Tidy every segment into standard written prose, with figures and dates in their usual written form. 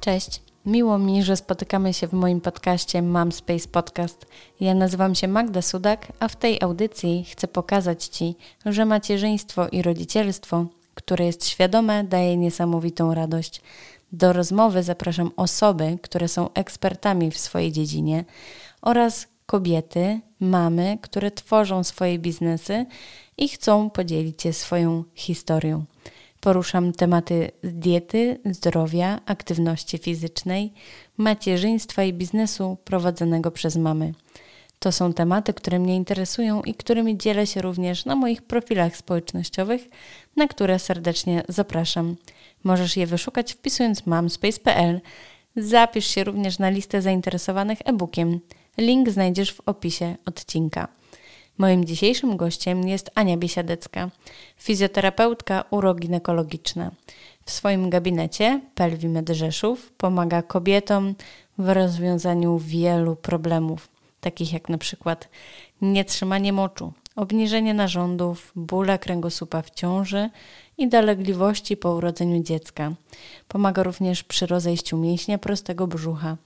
Cześć, miło mi, że spotykamy się w moim podcaście Mom Space Podcast. Ja nazywam się Magda Sudak, a w tej audycji chcę pokazać Ci, że macierzyństwo i rodzicielstwo, które jest świadome, daje niesamowitą radość. Do rozmowy zapraszam osoby, które są ekspertami w swojej dziedzinie oraz kobiety, mamy, które tworzą swoje biznesy i chcą podzielić się swoją historią. Poruszam tematy diety, zdrowia, aktywności fizycznej, macierzyństwa i biznesu prowadzonego przez mamy. To są tematy, które mnie interesują i którymi dzielę się również na moich profilach społecznościowych, na które serdecznie zapraszam. Możesz je wyszukać wpisując momspace.pl. Zapisz się również na listę zainteresowanych e-bookiem. Link znajdziesz w opisie odcinka. Moim dzisiejszym gościem jest Ania Biesiadecka, fizjoterapeutka uroginekologiczna. W swoim gabinecie Pelvimed Rzeszów pomaga kobietom w rozwiązaniu wielu problemów, takich jak na przykład nietrzymanie moczu, obniżenie narządów, bóle kręgosłupa w ciąży i dolegliwości po urodzeniu dziecka. Pomaga również przy rozejściu mięśnia prostego brzucha.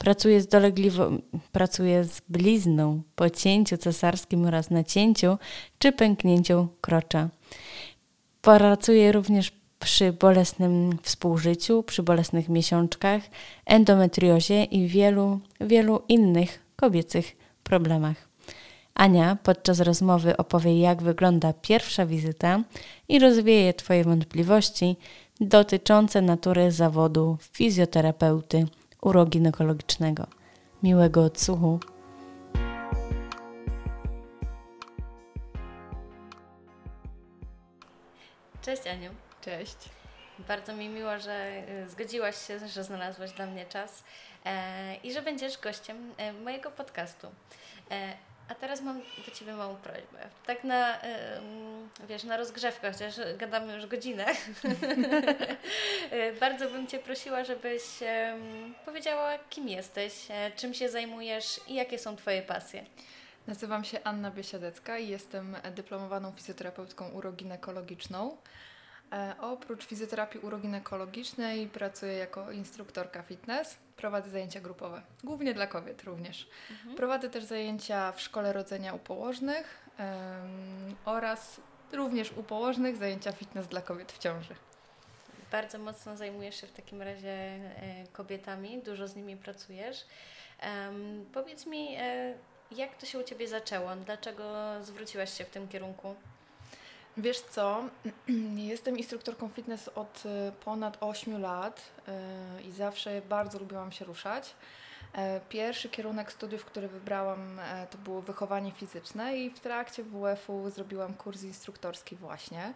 Pracuje z blizną po cięciu cesarskim oraz nacięciu czy pęknięciu krocza. Pracuje również przy bolesnym współżyciu, przy bolesnych miesiączkach, endometriozie i wielu innych kobiecych problemach. Ania podczas rozmowy opowie, jak wygląda pierwsza wizyta i rozwieje Twoje wątpliwości dotyczące natury zawodu fizjoterapeuty uroginekologicznego. Miłego odsłuchu. Cześć Aniu. Cześć. Bardzo mi miło, że zgodziłaś się, że znalazłaś dla mnie czas i że będziesz gościem mojego podcastu. A teraz mam do Ciebie małą prośbę. Tak na rozgrzewkę, chociaż gadamy już godzinę. Bardzo bym Cię prosiła, żebyś powiedziała, kim jesteś, czym się zajmujesz i jakie są Twoje pasje. Nazywam się Anna Biesiadecka i jestem dyplomowaną fizjoterapeutką uroginekologiczną. Oprócz fizjoterapii uroginekologicznej pracuję jako instruktorka fitness. Prowadzę zajęcia grupowe, głównie dla kobiet również. Prowadzę też zajęcia w szkole rodzenia u położnych oraz również u położnych zajęcia fitness dla kobiet w ciąży. Bardzo mocno zajmujesz się w takim razie kobietami, dużo z nimi pracujesz. Powiedz mi, jak to się u Ciebie zaczęło? Dlaczego zwróciłaś się w tym kierunku? Wiesz co, jestem instruktorką fitness od ponad 8 lat i zawsze bardzo lubiłam się ruszać. Pierwszy kierunek studiów, który wybrałam, to było wychowanie fizyczne i w trakcie WF-u zrobiłam kurs instruktorski właśnie.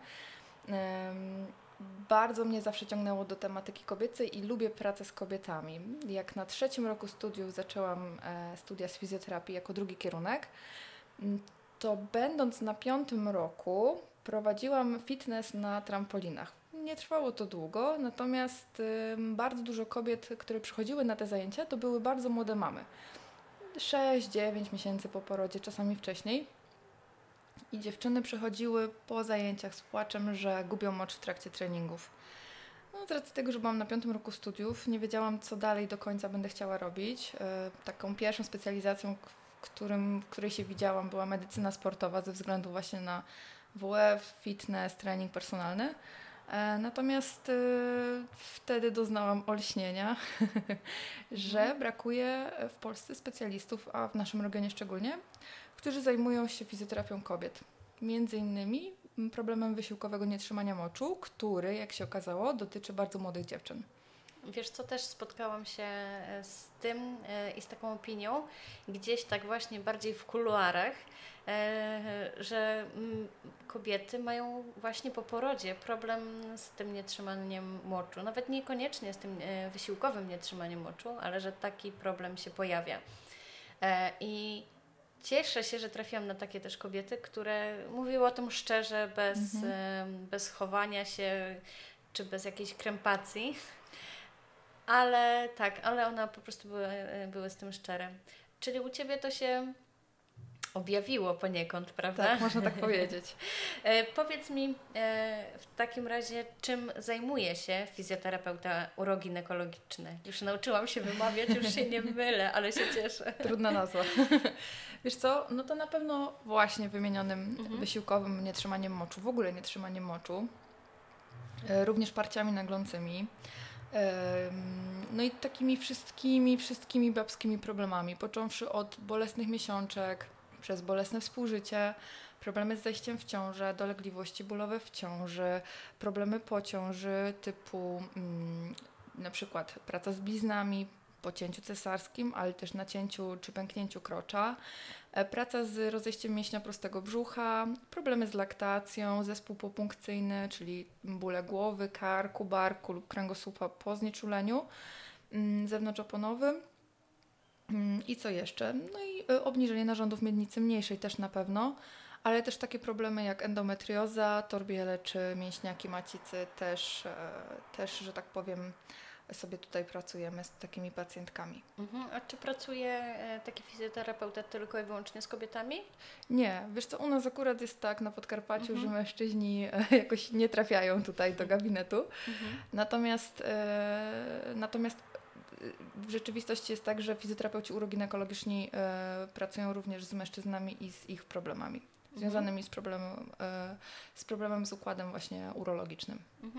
Bardzo mnie zawsze ciągnęło do tematyki kobiecej i lubię pracę z kobietami. Jak na 3. roku studiów zaczęłam studia z fizjoterapii jako drugi kierunek, to będąc na 5. roku prowadziłam fitness na trampolinach. Nie trwało to długo, natomiast bardzo dużo kobiet, które przychodziły na te zajęcia, to były bardzo młode mamy. 6-9 miesięcy po porodzie, czasami wcześniej. I dziewczyny przychodziły po zajęciach z płaczem, że gubią mocz w trakcie treningów. No, z racji tego, że byłam na 5. roku studiów, nie wiedziałam, co dalej do końca będę chciała robić. Taką pierwszą specjalizacją, w której się widziałam, była medycyna sportowa ze względu właśnie na WF, fitness, trening personalny. Natomiast wtedy doznałam olśnienia, że brakuje w Polsce specjalistów, a w naszym regionie szczególnie, którzy zajmują się fizjoterapią kobiet. Między innymi problemem wysiłkowego nietrzymania moczu, który, jak się okazało, dotyczy bardzo młodych dziewczyn. Wiesz co, też spotkałam się z tym i z taką opinią, gdzieś tak właśnie bardziej w kuluarach, że kobiety mają właśnie po porodzie problem z tym nietrzymaniem moczu. Nawet niekoniecznie z tym wysiłkowym nietrzymaniem moczu, ale że taki problem się pojawia. I cieszę się, że trafiłam na takie też kobiety, które mówiły o tym szczerze, bez chowania się, czy bez jakiejś krępacji. Ale tak, ale one po prostu były z tym szczere. Czyli u Ciebie to się objawiło poniekąd, prawda? Tak, można tak powiedzieć. Powiedz mi w takim razie, czym zajmuje się fizjoterapeuta uroginekologiczny? Już nauczyłam się wymawiać, już się nie mylę, ale się cieszę. Trudna nazwa. Wiesz co, no to na pewno właśnie wymienionym wysiłkowym nietrzymaniem moczu, w ogóle nietrzymaniem moczu, również parciami naglącymi, no i takimi wszystkimi babskimi problemami, począwszy od bolesnych miesiączek, przez bolesne współżycie, problemy z zajściem w ciążę, dolegliwości bólowe w ciąży, problemy po ciąży typu na przykład praca z bliznami po cięciu cesarskim, ale też nacięciu czy pęknięciu krocza, praca z rozejściem mięśnia prostego brzucha, problemy z laktacją, zespół popunkcyjny, czyli bóle głowy, karku, barku lub kręgosłupa po znieczuleniu zewnątrzoponowym. I co jeszcze? No i obniżenie narządów miednicy mniejszej też na pewno, ale też takie problemy jak endometrioza, torbiele czy mięśniaki macicy też, że tak powiem, sobie tutaj pracujemy z takimi pacjentkami. A czy pracuje taki fizjoterapeuta tylko i wyłącznie z kobietami? Nie, wiesz co, u nas akurat jest tak na Podkarpaciu, że mężczyźni jakoś nie trafiają tutaj do gabinetu. Natomiast w rzeczywistości jest tak, że fizjoterapeuci uroginekologiczni pracują również z mężczyznami i z ich problemami związanymi z problemem z układem właśnie urologicznym.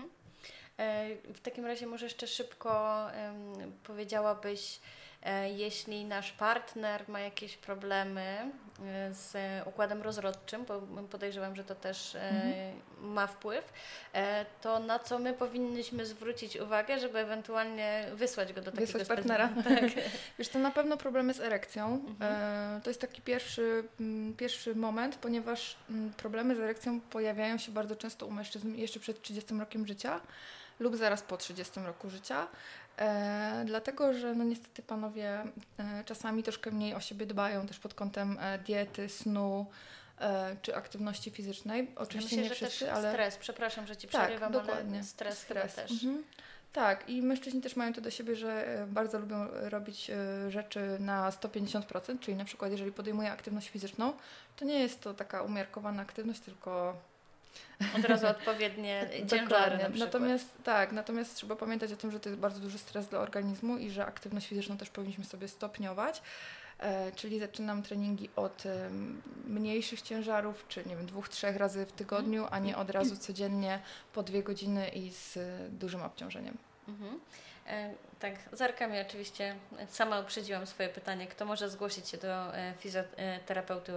W takim razie może jeszcze szybko powiedziałabyś, jeśli nasz partner ma jakieś problemy z układem rozrodczym, bo podejrzewam, że to też ma wpływ, to na co my powinniśmy zwrócić uwagę, żeby ewentualnie wysłać go do takiego partnera? Tak. Wiesz, to na pewno problemy z erekcją. To jest taki pierwszy moment, ponieważ problemy z erekcją pojawiają się bardzo często u mężczyzn jeszcze przed 30 rokiem życia lub zaraz po 30 roku życia. Dlatego, że no niestety panowie czasami troszkę mniej o siebie dbają też pod kątem diety, snu czy aktywności fizycznej. Oczywiście myślę, nie że wszyscy, też ale stres, przepraszam, że Ci przerywam, dokładnie. Ale stres też. Tak, i mężczyźni też mają to do siebie, że bardzo lubią robić rzeczy na 150%, czyli na przykład jeżeli podejmuje aktywność fizyczną, to nie jest to taka umiarkowana aktywność, tylko od razu odpowiednie ciężary na przykład. Natomiast trzeba pamiętać o tym, że to jest bardzo duży stres dla organizmu i że aktywność fizyczną też powinniśmy sobie stopniować. Czyli zaczynam treningi od mniejszych ciężarów, czy nie wiem, 2-3 razy w tygodniu, a nie od razu codziennie po 2 godziny i z dużym obciążeniem. Tak, zerkam i oczywiście sama uprzedziłam swoje pytanie, kto może zgłosić się do fizjoterapeuty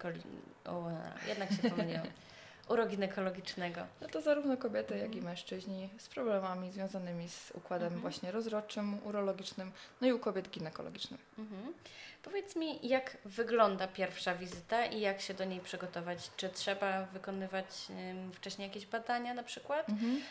jednak się pomyliłam. Uroginekologicznego. No to zarówno kobiety, jak i mężczyźni z problemami związanymi z układem właśnie rozrodczym, urologicznym, no i u kobiet ginekologicznym. Powiedz mi, jak wygląda pierwsza wizyta i jak się do niej przygotować? Czy trzeba wykonywać wcześniej jakieś badania na przykład?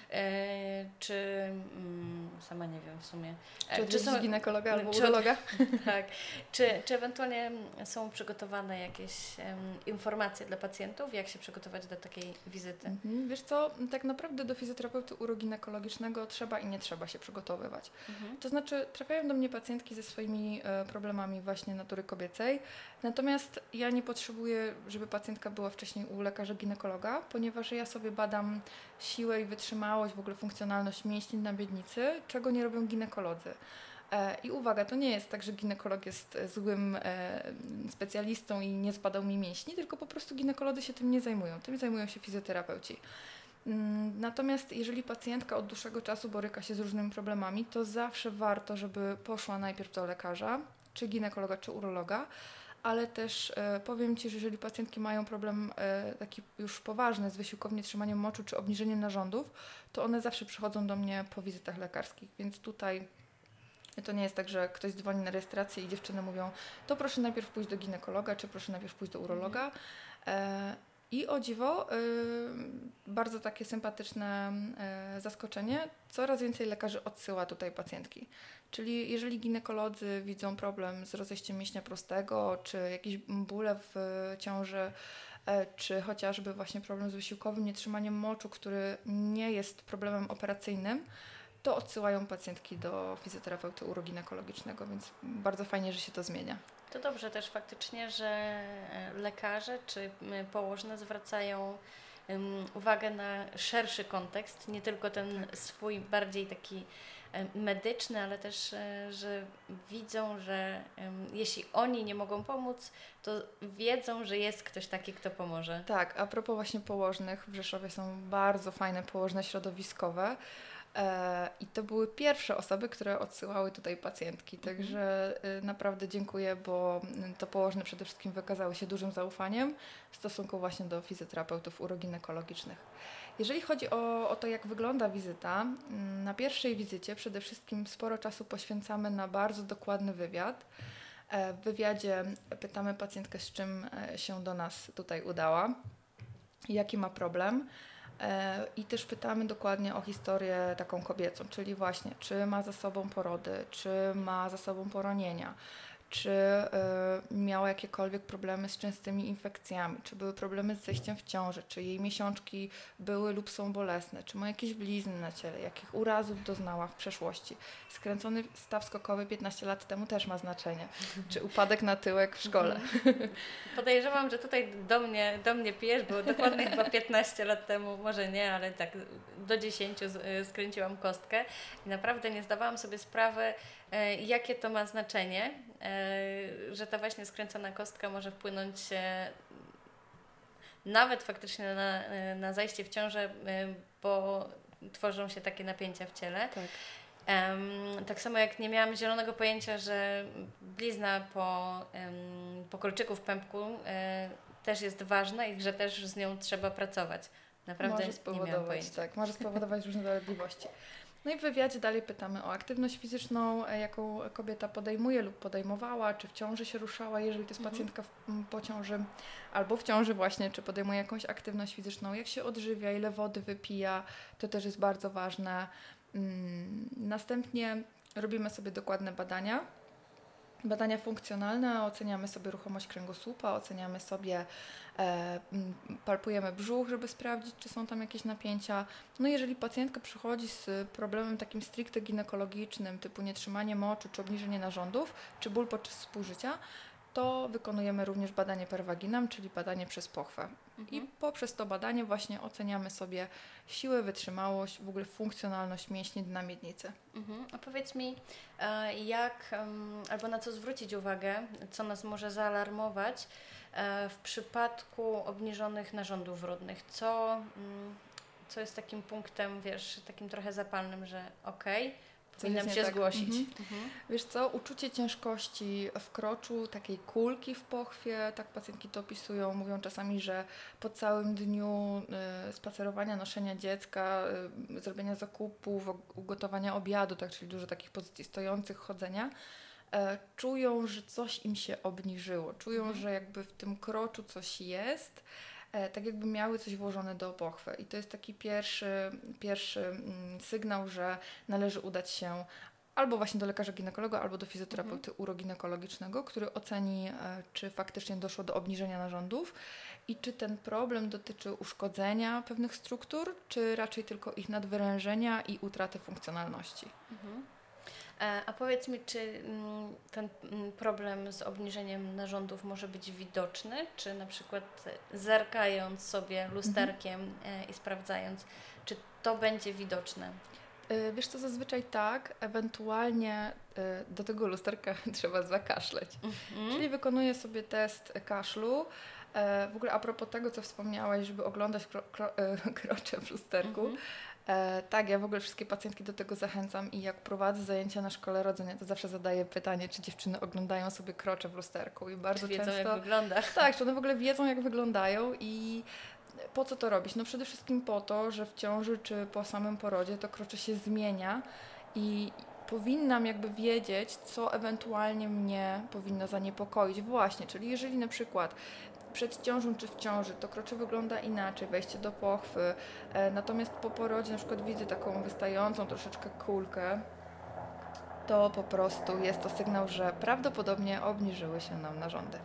Czy sama nie wiem w sumie. Czy są ginekologa albo urologa? Tak. Czy ewentualnie są przygotowane jakieś informacje dla pacjentów, jak się przygotować do takiej wizyty? Wiesz co, tak naprawdę do fizjoterapeuty uroginekologicznego trzeba i nie trzeba się przygotowywać. To znaczy trafiają do mnie pacjentki ze swoimi problemami właśnie natury kobiecej, natomiast ja nie potrzebuję, żeby pacjentka była wcześniej u lekarza ginekologa, ponieważ ja sobie badam siłę i wytrzymałość, w ogóle funkcjonalność mięśni na miednicy, czego nie robią ginekolodzy. I uwaga, to nie jest tak, że ginekolog jest złym specjalistą i nie zbadał mi mięśni, tylko po prostu ginekolodzy się tym nie zajmują. Tym zajmują się fizjoterapeuci. Natomiast jeżeli pacjentka od dłuższego czasu boryka się z różnymi problemami, to zawsze warto, żeby poszła najpierw do lekarza, czy ginekologa, czy urologa, ale też powiem Ci, że jeżeli pacjentki mają problem taki już poważny z wysiłkownie trzymaniem moczu czy obniżeniem narządów, to one zawsze przychodzą do mnie po wizytach lekarskich, więc tutaj to nie jest tak, że ktoś dzwoni na rejestrację i dziewczyny mówią, to proszę najpierw pójść do ginekologa, czy proszę najpierw pójść do urologa. I o dziwo, bardzo takie sympatyczne zaskoczenie, coraz więcej lekarzy odsyła tutaj pacjentki. Czyli jeżeli ginekolodzy widzą problem z rozejściem mięśnia prostego, czy jakieś bóle w ciąży, czy chociażby właśnie problem z wysiłkowym nietrzymaniem moczu, który nie jest problemem operacyjnym, to odsyłają pacjentki do fizjoterapeuty uroginekologicznego, więc bardzo fajnie, że się to zmienia. To dobrze też faktycznie, że lekarze czy położne zwracają uwagę na szerszy kontekst, nie tylko ten swój bardziej taki medyczny, ale też, że widzą, że jeśli oni nie mogą pomóc, to wiedzą, że jest ktoś taki, kto pomoże. Tak, a propos właśnie położnych, w Rzeszowie są bardzo fajne położne środowiskowe. I to były pierwsze osoby, które odsyłały tutaj pacjentki, także naprawdę dziękuję, bo to położne przede wszystkim wykazały się dużym zaufaniem w stosunku właśnie do fizjoterapeutów uroginekologicznych. Jeżeli chodzi o to, jak wygląda wizyta, na pierwszej wizycie przede wszystkim sporo czasu poświęcamy na bardzo dokładny wywiad. W wywiadzie pytamy pacjentkę, z czym się do nas tutaj udała, jaki ma problem. I też pytamy dokładnie o historię taką kobiecą, czyli właśnie czy ma za sobą porody, czy ma za sobą poronienia, czy miała jakiekolwiek problemy z częstymi infekcjami, czy były problemy z zejściem w ciąży, czy jej miesiączki były lub są bolesne, czy ma jakieś blizny na ciele, jakich urazów doznała w przeszłości. Skręcony staw skokowy 15 lat temu też ma znaczenie, czy upadek na tyłek w szkole. Podejrzewam, że tutaj do mnie pijesz, bo dokładnie chyba 15 lat temu, może nie, ale tak do 10 skręciłam kostkę i naprawdę nie zdawałam sobie sprawy, jakie to ma znaczenie, że ta właśnie skręcona kostka może wpłynąć nawet faktycznie na zajście w ciążę, bo tworzą się takie napięcia w ciele. Tak. Tak samo jak nie miałam zielonego pojęcia, że blizna po kolczyku w pępku też jest ważna i że też z nią trzeba pracować. Naprawdę nie miałam pojęcia. Tak, może spowodować różne dolegliwości. No i w wywiadzie dalej pytamy o aktywność fizyczną, jaką kobieta podejmuje lub podejmowała, czy w ciąży się ruszała, jeżeli to jest pacjentka po ciąży albo w ciąży właśnie, czy podejmuje jakąś aktywność fizyczną, jak się odżywia, ile wody wypija, to też jest bardzo ważne. Następnie robimy sobie dokładne badania funkcjonalne, oceniamy sobie ruchomość kręgosłupa, oceniamy sobie, palpujemy brzuch, żeby sprawdzić, czy są tam jakieś napięcia. No jeżeli pacjentka przychodzi z problemem takim stricte ginekologicznym, typu nietrzymanie moczu, czy obniżenie narządów, czy ból podczas współżycia, to wykonujemy również badanie per vaginam, czyli badanie przez pochwę. I poprzez to badanie właśnie oceniamy sobie siłę, wytrzymałość, w ogóle funkcjonalność mięśni dna miednicy. A powiedz mi, jak albo na co zwrócić uwagę, co nas może zaalarmować w przypadku obniżonych narządów rodnych? Co jest takim punktem, wiesz, takim trochę zapalnym, że powinnam się zgłosić. Wiesz co, uczucie ciężkości w kroczu, takiej kulki w pochwie, tak pacjentki to opisują, mówią czasami, że po całym dniu spacerowania, noszenia dziecka, zrobienia zakupów, ugotowania obiadu, tak, czyli dużo takich pozycji stojących, chodzenia, czują, że coś im się obniżyło, czują, że jakby w tym kroczu coś jest, tak jakby miały coś włożone do pochwy. I to jest taki pierwszy sygnał, że należy udać się albo właśnie do lekarza ginekologa, albo do fizjoterapeuty uroginekologicznego, który oceni, czy faktycznie doszło do obniżenia narządów i czy ten problem dotyczy uszkodzenia pewnych struktur, czy raczej tylko ich nadwyrężenia i utraty funkcjonalności. A powiedz mi, czy ten problem z obniżeniem narządów może być widoczny, czy na przykład zerkając sobie lusterkiem i sprawdzając, czy to będzie widoczne? Wiesz co, zazwyczaj tak, ewentualnie do tego lusterka trzeba zakaszleć. Czyli wykonuję sobie test kaszlu. W ogóle a propos tego, co wspomniałaś, żeby oglądać krocze w lusterku. Tak, ja w ogóle wszystkie pacjentki do tego zachęcam i jak prowadzę zajęcia na szkole rodzenia, to zawsze zadaję pytanie, czy dziewczyny oglądają sobie krocze w lusterku i bardzo wiedzą, często... jak wygląda. Tak, czy one w ogóle wiedzą, jak wyglądają i po co to robić? No przede wszystkim po to, że w ciąży czy po samym porodzie to krocze się zmienia i powinnam jakby wiedzieć, co ewentualnie mnie powinno zaniepokoić. Właśnie, czyli jeżeli na przykład przed ciążą czy w ciąży to krocze wygląda inaczej, wejście do pochwy, natomiast po porodzie na przykład widzę taką wystającą troszeczkę kulkę, to po prostu jest to sygnał, że prawdopodobnie obniżyły się nam narządy.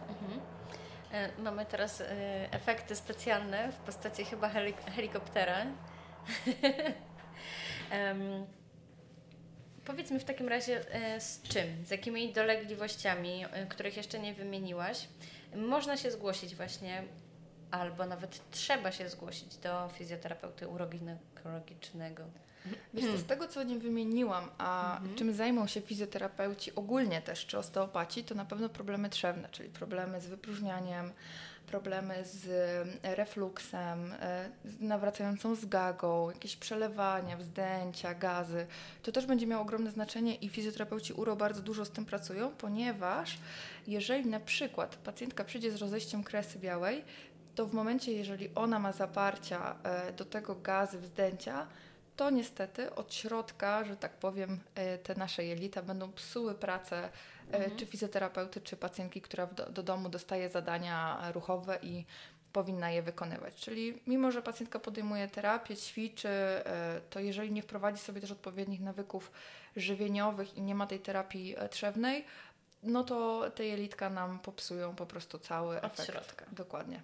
Mamy teraz efekty specjalne w postaci chyba helikoptera. powiedz mi w takim razie z czym, z jakimi dolegliwościami, których jeszcze nie wymieniłaś, można się zgłosić właśnie, albo nawet trzeba się zgłosić do fizjoterapeuty uroginekologicznego. Wiesz co, z tego, co nie wymieniłam, a czym zajmą się fizjoterapeuci ogólnie też, czy osteopaci, to na pewno problemy trzewne, czyli problemy z wypróżnianiem, problemy z refluksem, z nawracającą zgagą, jakieś przelewania, wzdęcia, gazy. To też będzie miało ogromne znaczenie i fizjoterapeuci uro bardzo dużo z tym pracują, ponieważ jeżeli na przykład pacjentka przyjdzie z rozejściem kresy białej, to w momencie, jeżeli ona ma zaparcia, do tego gazy, wzdęcia, to niestety od środka, że tak powiem, te nasze jelita będą psuły pracę czy fizjoterapeuty, czy pacjentki, która do domu dostaje zadania ruchowe i powinna je wykonywać. Czyli mimo, że pacjentka podejmuje terapię, ćwiczy, to jeżeli nie wprowadzi sobie też odpowiednich nawyków żywieniowych i nie ma tej terapii trzewnej, no to te jelitka nam popsują po prostu cały efekt. Od środka. Dokładnie.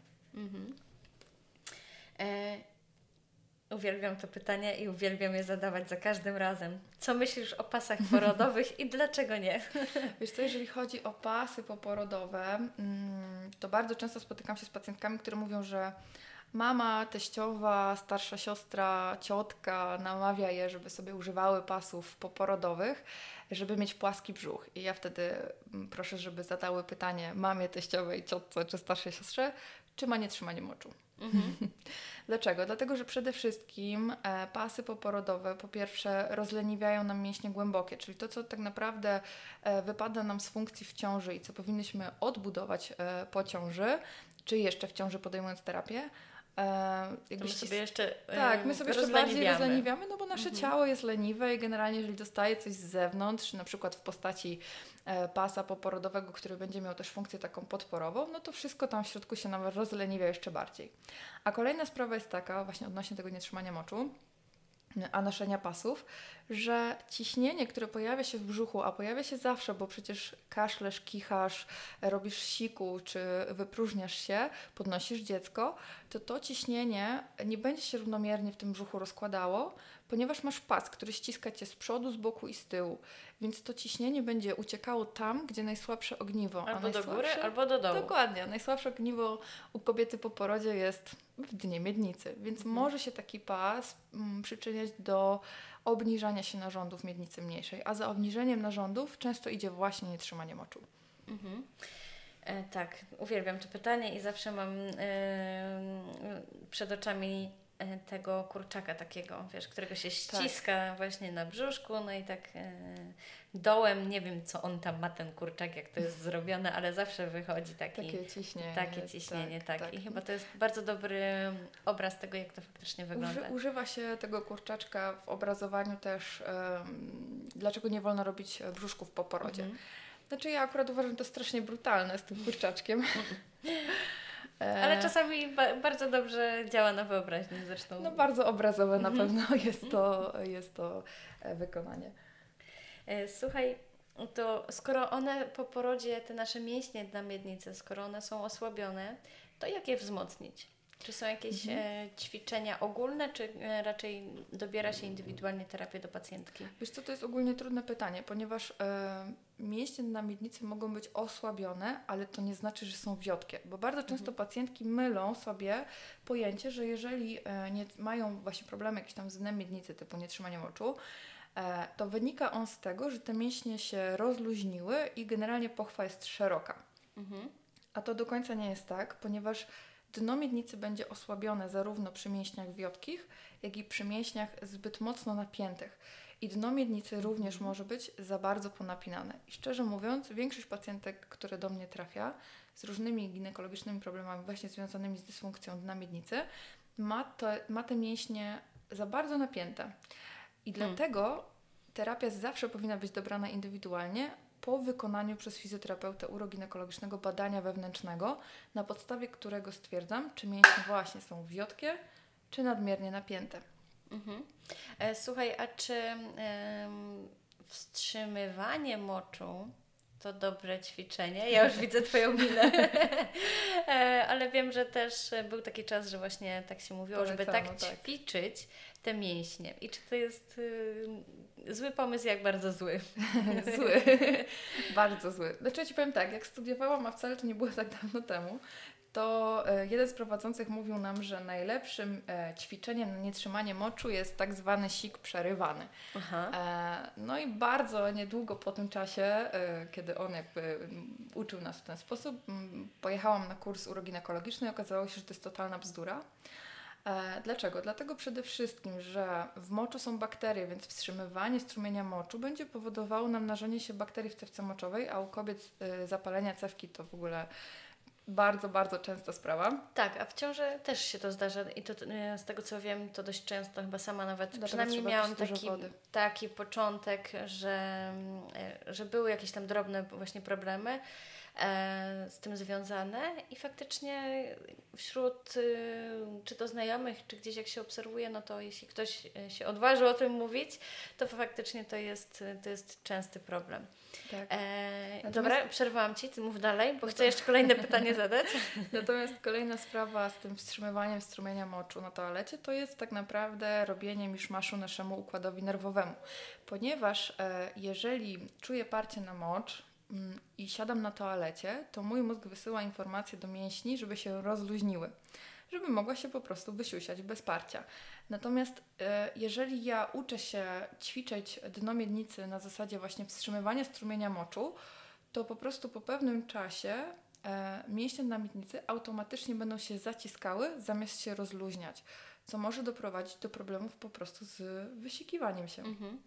Uwielbiam to pytanie i uwielbiam je zadawać za każdym razem. Co myślisz o pasach porodowych i dlaczego nie? Wiesz co, jeżeli chodzi o pasy poporodowe, to bardzo często spotykam się z pacjentkami, które mówią, że mama, teściowa, starsza siostra, ciotka namawia je, żeby sobie używały pasów poporodowych, żeby mieć płaski brzuch. I ja wtedy proszę, żeby zadały pytanie mamie, teściowej, ciotce czy starszej siostrze, czy ma nietrzymanie moczu. Dlaczego? Dlatego, że przede wszystkim pasy poporodowe po pierwsze rozleniwiają nam mięśnie głębokie, czyli to, co tak naprawdę wypada nam z funkcji w ciąży i co powinnyśmy odbudować po ciąży, czy jeszcze w ciąży podejmując terapię. My sobie jeszcze tak, my sobie jeszcze bardziej rozleniwiamy, no bo nasze ciało jest leniwe i generalnie jeżeli dostaje coś z zewnątrz, na przykład w postaci pasa poporodowego, który będzie miał też funkcję taką podporową, no to wszystko tam w środku się nam rozleniwia jeszcze bardziej. A kolejna sprawa jest taka, właśnie odnośnie tego nietrzymania moczu, a noszenia pasów, że ciśnienie, które pojawia się w brzuchu, a pojawia się zawsze, bo przecież kaszlesz, kichasz, robisz siku, czy wypróżniasz się, podnosisz dziecko, to ciśnienie nie będzie się równomiernie w tym brzuchu rozkładało, ponieważ masz pas, który ściska Cię z przodu, z boku i z tyłu. Więc to ciśnienie będzie uciekało tam, gdzie najsłabsze ogniwo. Albo do góry, albo do dołu. Dokładnie. Najsłabsze ogniwo u kobiety po porodzie jest w dnie miednicy. Więc może się taki pas przyczyniać do obniżania się narządów miednicy mniejszej. A za obniżeniem narządów często idzie właśnie nietrzymanie moczu. Tak, uwielbiam to pytanie i zawsze mam przed oczami tego kurczaka takiego, wiesz, którego się ściska właśnie na brzuszku, no i tak dołem, nie wiem co on tam ma ten kurczak, jak to jest zrobione, ale zawsze wychodzi takie ciśnienie, tak. I chyba to jest bardzo dobry obraz tego, jak to faktycznie wygląda. Używa się tego kurczaczka w obrazowaniu też, dlaczego nie wolno robić brzuszków po porodzie. Znaczy ja akurat uważam, że to strasznie brutalne z tym kurczaczkiem. Ale czasami bardzo dobrze działa na wyobraźnię zresztą. No bardzo obrazowe na pewno jest to wykonanie. Słuchaj, to skoro one po porodzie, te nasze mięśnie na miednicy, skoro one są osłabione, to jak je wzmocnić? Czy są jakieś ćwiczenia ogólne, czy raczej dobiera się indywidualnie terapię do pacjentki? Wiesz co, to jest ogólnie trudne pytanie, ponieważ mięśnie na miednicy mogą być osłabione, ale to nie znaczy, że są wiotkie, bo bardzo często pacjentki mylą sobie pojęcie, że jeżeli nie mają właśnie problemy jakieś tam z dnem miednicy, typu nietrzymanie moczu, to wynika on z tego, że te mięśnie się rozluźniły i generalnie pochwa jest szeroka. A to do końca nie jest tak, ponieważ dno miednicy będzie osłabione zarówno przy mięśniach wiotkich, jak i przy mięśniach zbyt mocno napiętych. I dno miednicy również może być za bardzo ponapinane. I szczerze mówiąc, większość pacjentek, które do mnie trafia z różnymi ginekologicznymi problemami właśnie związanymi z dysfunkcją dna miednicy, ma te mięśnie za bardzo napięte. I dlatego terapia zawsze powinna być dobrana indywidualnie, po wykonaniu przez fizjoterapeutę uroginekologicznego badania wewnętrznego, na podstawie którego stwierdzam, czy mięśnie właśnie są wiotkie, czy nadmiernie napięte. Słuchaj, a czy wstrzymywanie moczu to dobre ćwiczenie. Ja już widzę Twoją minę. Ale wiem, że też był taki czas, że właśnie tak się mówiło, żeby tak ćwiczyć te mięśnie. I czy to jest zły pomysł, jak bardzo zły? Zły. Bardzo zły. Znaczy ja Ci powiem tak, jak studiowałam, a wcale to nie było tak dawno temu, to jeden z prowadzących mówił nam, że najlepszym ćwiczeniem na nietrzymanie moczu jest tak zwany sik przerywany. No i bardzo niedługo po tym czasie, kiedy on jakby uczył nas w ten sposób, pojechałam na kurs uroginekologiczny i okazało się, że to jest totalna bzdura. Dlaczego? Dlatego przede wszystkim, że w moczu są bakterie, więc wstrzymywanie strumienia moczu będzie powodowało namnażanie się bakterii w cewce moczowej, a u kobiet zapalenia cewki to w ogóle bardzo, bardzo częsta sprawa. Tak, a w ciąży też się to zdarza i to z tego co wiem, to dość często chyba sama nawet, przynajmniej miałam taki początek, że były jakieś tam drobne właśnie problemy z tym związane i faktycznie wśród czy to znajomych, czy gdzieś jak się obserwuje, no to jeśli ktoś się odważy o tym mówić, to faktycznie to jest częsty problem. Tak. Dobra, przerwałam Ci, Ty mów dalej, bo chcę jeszcze kolejne pytanie zadać. Natomiast kolejna sprawa z tym wstrzymywaniem strumienia moczu na toalecie to jest tak naprawdę robienie miszmaszu naszemu układowi nerwowemu. Ponieważ jeżeli czuję parcie na mocz i siadam na toalecie, to mój mózg wysyła informacje do mięśni, żeby się rozluźniły, żeby mogła się po prostu wysiusiać bez parcia. Natomiast jeżeli ja uczę się ćwiczyć dno miednicy na zasadzie właśnie wstrzymywania strumienia moczu, to po prostu po pewnym czasie mięśnie dna miednicy automatycznie będą się zaciskały, zamiast się rozluźniać, co może doprowadzić do problemów po prostu z wysikiwaniem się.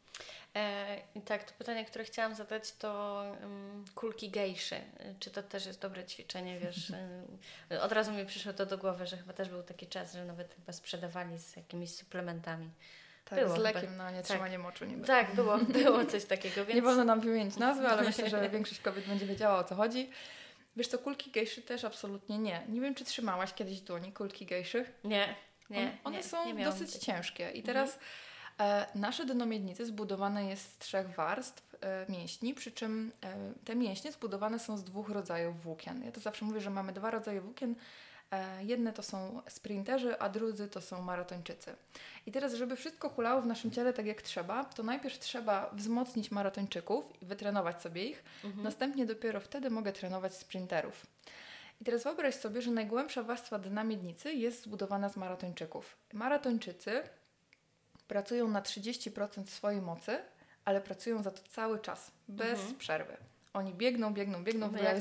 I tak, to pytanie, które chciałam zadać, to kulki gejszy. Czy to też jest dobre ćwiczenie, wiesz? Od razu mi przyszło to do głowy, że chyba też był taki czas, że nawet chyba sprzedawali z jakimiś suplementami. Tak, było, z lekiem chyba na nietrzymanie moczu niby. Tak, było coś takiego. Więc... Nie wolno nam wymienić nazwy, ale myślę, że większość kobiet będzie wiedziała, o co chodzi. Wiesz co, kulki gejszy też absolutnie nie. Nie wiem, czy trzymałaś kiedyś w dłoni kulki gejszych? Nie. One są dosyć ciężkie. I teraz nasze dno miednicy zbudowane jest z 3 warstw mięśni, przy czym te mięśnie zbudowane są z 2 rodzajów włókien. Ja to zawsze mówię, że mamy 2 rodzaje włókien. Jedne to są sprinterzy, a drudzy to są maratończycy. I teraz, żeby wszystko hulało w naszym ciele tak jak trzeba, to najpierw trzeba wzmocnić maratończyków i wytrenować sobie ich. Następnie dopiero wtedy mogę trenować sprinterów. I teraz wyobraź sobie, że najgłębsza warstwa dna miednicy jest zbudowana z maratończyków. Maratończycy pracują na 30% swojej mocy, ale pracują za to cały czas, bez przerwy. Oni biegną, jak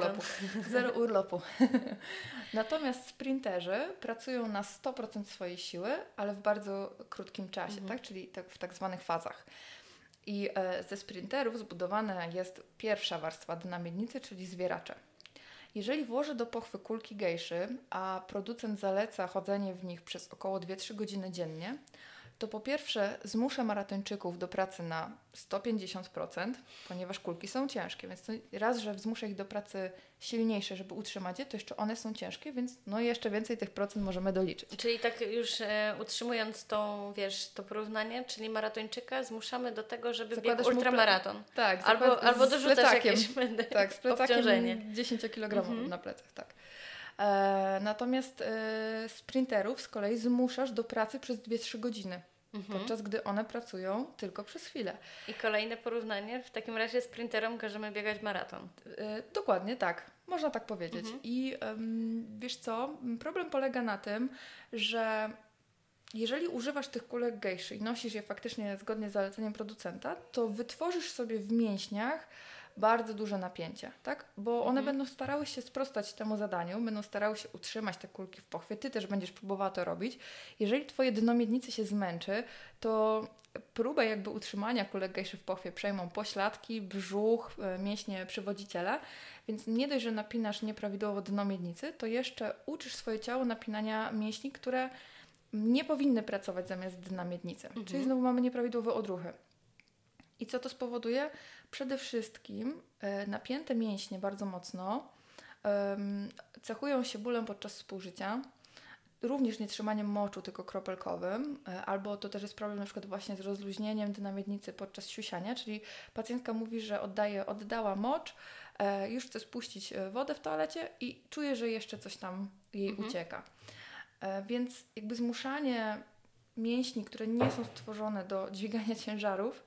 zero urlopu. Natomiast sprinterzy pracują na 100% swojej siły, ale w bardzo krótkim czasie, tak? Czyli w tak zwanych fazach. I ze sprinterów zbudowana jest pierwsza warstwa dna miednicy, czyli zwieracze. Jeżeli włożę do pochwy kulki gejszy, a producent zaleca chodzenie w nich przez około 2-3 godziny dziennie, to po pierwsze zmuszę maratończyków do pracy na 150%, ponieważ kulki są ciężkie, więc raz, że zmuszę ich do pracy silniejszej, żeby utrzymać je, to jeszcze one są ciężkie, więc no jeszcze więcej tych procent możemy doliczyć. Czyli tak już utrzymując to porównanie, czyli maratończyka zmuszamy do tego, żeby biegł ultramaraton. Tak, albo dorzucasz jakieś tak, z plecakiem obciążenie. 10 kg na plecach, tak. Natomiast sprinterów z kolei zmuszasz do pracy przez 2-3 godziny, podczas gdy one pracują tylko przez chwilę. I kolejne porównanie, w takim razie sprinterom każemy biegać maraton. Dokładnie tak, można tak powiedzieć. I wiesz co, problem polega na tym, że jeżeli używasz tych kulek gejszy i nosisz je faktycznie zgodnie z zaleceniem producenta, to wytworzysz sobie w mięśniach bardzo duże napięcie, tak? Bo one będą starały się sprostać temu zadaniu, będą starały się utrzymać te kulki w pochwie, Ty też będziesz próbowała to robić. Jeżeli Twoje dno miednicy się zmęczy, to próbę jakby utrzymania kulek gejszy w pochwie przejmą pośladki, brzuch, mięśnie przywodziciela, więc nie dość, że napinasz nieprawidłowo dno miednicy, to jeszcze uczysz swoje ciało napinania mięśni, które nie powinny pracować zamiast dna miednicy. Czyli znowu mamy nieprawidłowe odruchy. I co to spowoduje? Przede wszystkim napięte mięśnie bardzo mocno cechują się bólem podczas współżycia. również nietrzymaniem moczu, tylko kropelkowym, albo to też jest problem na przykład właśnie z rozluźnieniem dna miednicy podczas siusiania, czyli pacjentka mówi, że oddała mocz, już chce spuścić wodę w toalecie i czuje, że jeszcze coś tam jej ucieka. Więc jakby zmuszanie mięśni, które nie są stworzone do dźwigania ciężarów,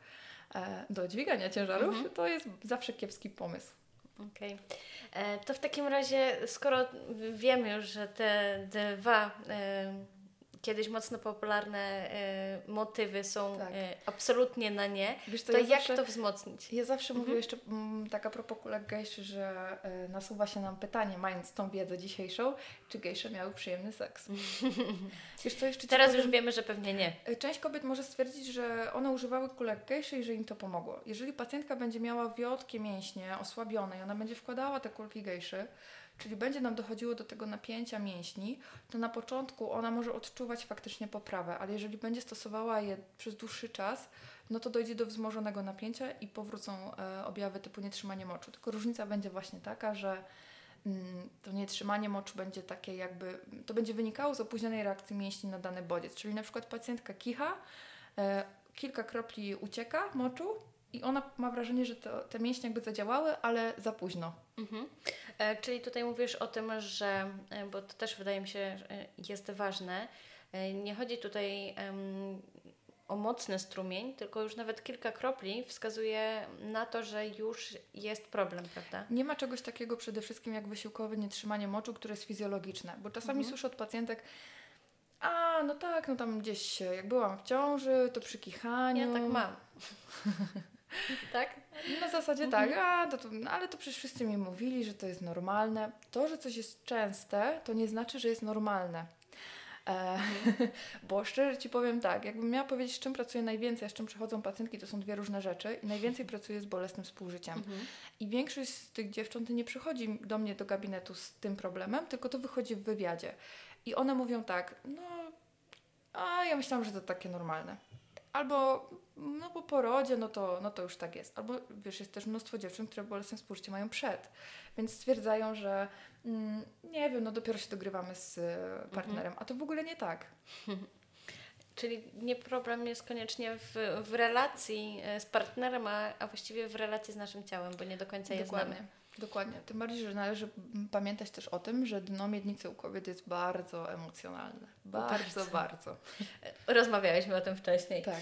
to jest zawsze kiepski pomysł. Okej. To w takim razie, skoro wiemy już, że te dwa kiedyś mocno popularne motywy są absolutnie na nie, wiesz co, to jak to wzmocnić? Ja zawsze mówię jeszcze tak a propos kulek gejszy, że nasuwa się nam pytanie, mając tą wiedzę dzisiejszą, czy gejsze miały przyjemny seks? Wiesz co, jeszcze teraz już wiemy, że pewnie nie. Część kobiet może stwierdzić, że one używały kulek gejszy i że im to pomogło. Jeżeli pacjentka będzie miała wiotkie mięśnie, osłabione i ona będzie wkładała te kulki gejszy, czyli będzie nam dochodziło do tego napięcia mięśni, to na początku ona może odczuwać faktycznie poprawę, ale jeżeli będzie stosowała je przez dłuższy czas, no to dojdzie do wzmożonego napięcia i powrócą objawy typu nietrzymanie moczu. Tylko różnica będzie właśnie taka, że to nietrzymanie moczu będzie takie jakby, to będzie wynikało z opóźnionej reakcji mięśni na dany bodziec, czyli na przykład pacjentka kicha, kilka kropli ucieka moczu, i ona ma wrażenie, że te mięśnie jakby zadziałały, ale za późno. Czyli tutaj mówisz o tym, że, bo to też wydaje mi się jest ważne, nie chodzi tutaj o mocny strumień, tylko już nawet kilka kropli wskazuje na to, że już jest problem, prawda? Nie ma czegoś takiego przede wszystkim jak wysiłkowe nietrzymanie moczu, które jest fizjologiczne, bo czasami słyszę od pacjentek, no tak, no tam gdzieś jak byłam w ciąży, to przy kichaniu. Ja tak mam. Tak? Na zasadzie tak, ale to przecież wszyscy mi mówili, że to jest normalne. To, że coś jest częste, to nie znaczy, że jest normalne. Bo szczerze Ci powiem tak, jakbym miała powiedzieć, z czym pracuję najwięcej, a z czym przychodzą pacjentki, to są dwie różne rzeczy. I najwięcej pracuję z bolesnym współżyciem. I większość z tych dziewcząt nie przychodzi do mnie do gabinetu z tym problemem, tylko to wychodzi w wywiadzie. I one mówią tak, ja myślałam, że to takie normalne. Albo po porodzie, no to już tak jest. Albo wiesz, jest też mnóstwo dziewczyn, które bolesne współżycie mają przed. Więc stwierdzają, że nie wiem, dopiero się dogrywamy z partnerem. A to w ogóle nie tak. Czyli nie problem jest koniecznie w relacji z partnerem, a właściwie w relacji z naszym ciałem, bo nie do końca je znamy. Dokładnie. Tym bardziej, że należy pamiętać też o tym, że dno miednicy u kobiet jest bardzo emocjonalne. Bardzo. Rozmawiałyśmy o tym wcześniej. Tak.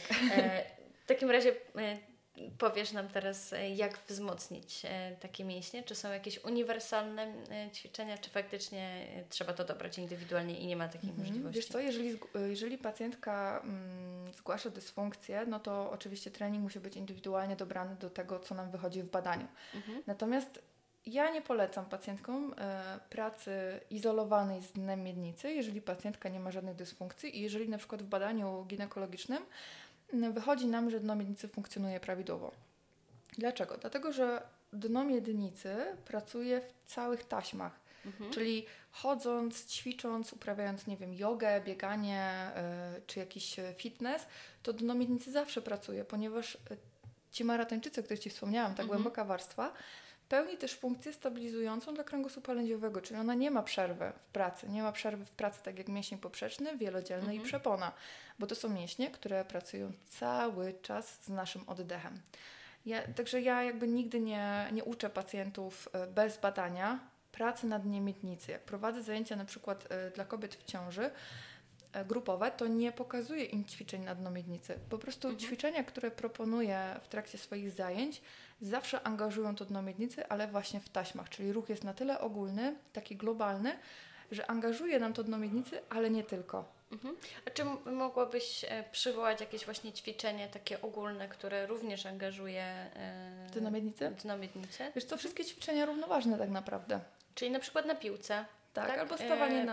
W takim razie powiesz nam teraz, jak wzmocnić takie mięśnie? Czy są jakieś uniwersalne ćwiczenia, czy faktycznie trzeba to dobrać indywidualnie i nie ma takiej możliwości? Wiesz co, jeżeli pacjentka zgłasza dysfunkcję, no to oczywiście trening musi być indywidualnie dobrany do tego, co nam wychodzi w badaniu. Natomiast ja nie polecam pacjentkom pracy izolowanej z dnem miednicy, jeżeli pacjentka nie ma żadnych dysfunkcji i jeżeli na przykład w badaniu ginekologicznym wychodzi nam, że dno miednicy funkcjonuje prawidłowo. Dlaczego? Dlatego, że dno miednicy pracuje w całych taśmach, czyli chodząc, ćwicząc, uprawiając, nie wiem, jogę, bieganie czy jakiś fitness, to dno miednicy zawsze pracuje, ponieważ ci maratończycy, o których Ci wspomniałam, ta głęboka warstwa, pełni też funkcję stabilizującą dla kręgosłupa lędźwiowego, czyli ona nie ma przerwy w pracy. Nie ma przerwy w pracy tak jak mięsień poprzeczny, wielodzielny i przepona, bo to są mięśnie, które pracują cały czas z naszym oddechem. Także ja jakby nigdy nie uczę pacjentów bez badania pracy na dnie miednicy. Jak prowadzę zajęcia na przykład dla kobiet w ciąży grupowe, to nie pokazuję im ćwiczeń na dno miednicy. Po prostu ćwiczenia, które proponuję w trakcie swoich zajęć, zawsze angażują to dno miednicy, ale właśnie w taśmach, czyli ruch jest na tyle ogólny, taki globalny, że angażuje nam to dno miednicy, ale nie tylko. A czy mogłabyś przywołać jakieś właśnie ćwiczenie takie ogólne, które również angażuje dno miednicy? Wiesz co, wszystkie ćwiczenia równoważne tak naprawdę. Czyli na przykład na piłce. Tak? Albo stawanie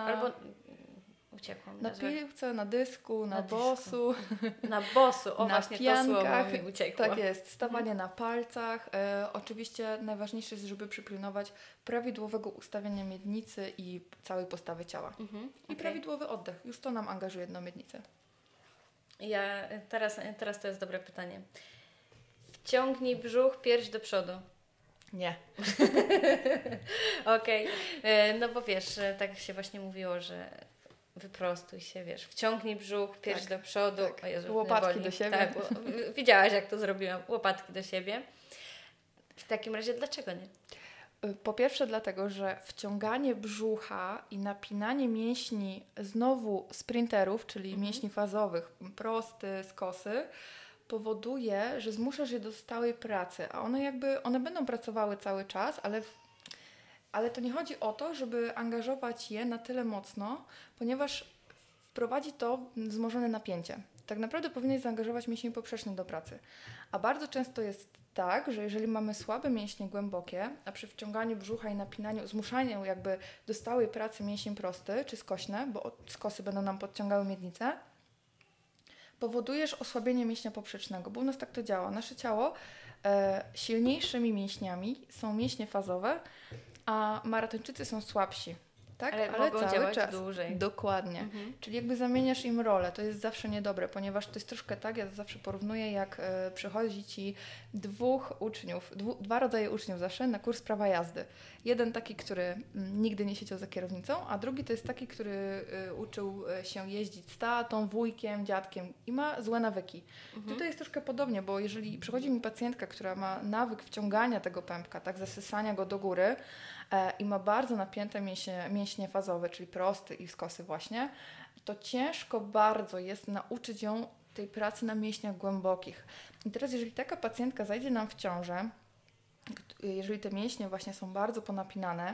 uciekłam. Na piłce, na dysku, na bosu. Na bosu, na właśnie piankach. To słowo mi uciekło. Tak jest, stawanie na palcach. Oczywiście najważniejsze jest, żeby przypilnować prawidłowego ustawienia miednicy i całej postawy ciała. I prawidłowy oddech. Już to nam angażuje dno miednicy. Teraz to jest dobre pytanie. Wciągnij brzuch, pierś do przodu. Nie. Okej. No bo wiesz, tak się właśnie mówiło, że wyprostuj się, wiesz, wciągnij brzuch, pierś do przodu. Tak. O Jezu, Łopatki do siebie. Tak, widziałaś, jak to zrobiłam. Łopatki do siebie. W takim razie dlaczego nie? Po pierwsze dlatego, że wciąganie brzucha i napinanie mięśni znowu sprinterów, czyli mięśni fazowych, prosty, skosy, powoduje, że zmuszasz je do stałej pracy, a one będą pracowały cały czas, ale to nie chodzi o to, żeby angażować je na tyle mocno, ponieważ wprowadzi to wzmożone napięcie. Tak naprawdę powinieneś zaangażować mięśnie poprzeczne do pracy. A bardzo często jest tak, że jeżeli mamy słabe mięśnie głębokie, a przy wciąganiu brzucha i napinaniu, zmuszaniu jakby do stałej pracy mięsień prosty czy skośne, bo skosy będą nam podciągały miednicę, powodujesz osłabienie mięśnia poprzecznego, bo u nas tak to działa. Nasze ciało silniejszymi mięśniami są mięśnie fazowe, a maratończycy są słabsi. Tak? Ale mogą cały działać czas. dłużej. Dokładnie. Czyli jakby zamieniasz im rolę. To jest zawsze niedobre, ponieważ to jest troszkę tak, ja to zawsze porównuję, jak przychodzi Ci dwa rodzaje uczniów zawsze na kurs prawa jazdy. Jeden taki, który nigdy nie siedział za kierownicą, a drugi to jest taki, który uczył się jeździć z tatą, wujkiem, dziadkiem i ma złe nawyki. Tutaj jest troszkę podobnie, bo jeżeli przychodzi mi pacjentka, która ma nawyk wciągania tego pępka, tak, zasysania go do góry, i ma bardzo napięte mięśnie fazowe, czyli prosty i skosy właśnie, to ciężko bardzo jest nauczyć ją tej pracy na mięśniach głębokich. I teraz jeżeli taka pacjentka zajdzie nam w ciążę, jeżeli te mięśnie właśnie są bardzo ponapinane,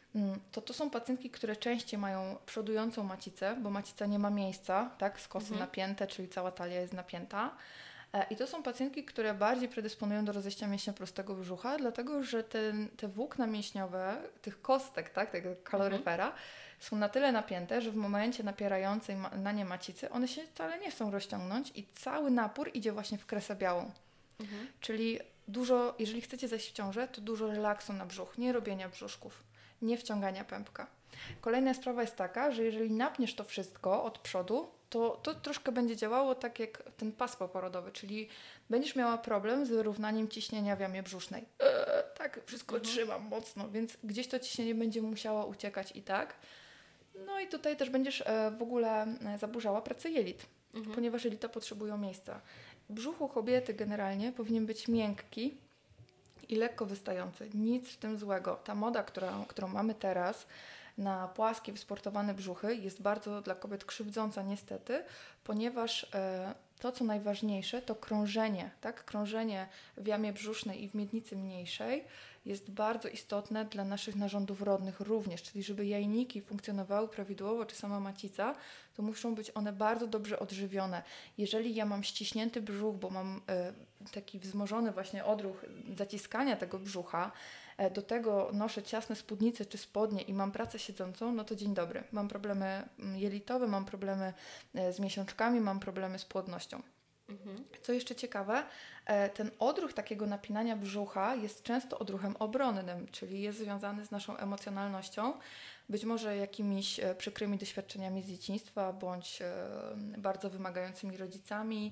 to są pacjentki, które częściej mają przodującą macicę, bo macica nie ma miejsca, tak, skosy napięte, czyli cała talia jest napięta. I to są pacjentki, które bardziej predysponują do rozejścia mięśnia prostego brzucha, dlatego że te włókna mięśniowe, tych kostek, tak, tego kaloryfera, są na tyle napięte, że w momencie napierającej na nie macicy one się wcale nie chcą rozciągnąć i cały napór idzie właśnie w kresę białą. Czyli dużo, jeżeli chcecie zajść w ciążę, to dużo relaksu na brzuch, nie robienia brzuszków, nie wciągania pępka. Kolejna sprawa jest taka, że jeżeli napniesz to wszystko od przodu, to troszkę będzie działało tak jak ten pas poporodowy, czyli będziesz miała problem z wyrównaniem ciśnienia w jamie brzusznej. Tak, wszystko trzymam mocno, więc gdzieś to ciśnienie będzie musiało uciekać i tak. No i tutaj też będziesz w ogóle zaburzała pracę jelit, ponieważ jelita potrzebują miejsca. Brzuch u kobiety generalnie powinien być miękki i lekko wystający. Nic w tym złego. Ta moda, którą mamy teraz, na płaskie, wysportowane brzuchy jest bardzo dla kobiet krzywdząca niestety, ponieważ to, co najważniejsze, to krążenie, tak? Krążenie w jamie brzusznej i w miednicy mniejszej jest bardzo istotne dla naszych narządów rodnych również, czyli żeby jajniki funkcjonowały prawidłowo, czy sama macica, to muszą być one bardzo dobrze odżywione. Jeżeli ja mam ściśnięty brzuch, bo mam taki wzmożony właśnie odruch zaciskania tego brzucha, do tego noszę ciasne spódnice czy spodnie i mam pracę siedzącą, no to dzień dobry. Mam problemy jelitowe, mam problemy z miesiączkami, mam problemy z płodnością. Co jeszcze ciekawe, ten odruch takiego napinania brzucha jest często odruchem obronnym, czyli jest związany z naszą emocjonalnością, być może jakimiś przykrymi doświadczeniami z dzieciństwa, bądź bardzo wymagającymi rodzicami,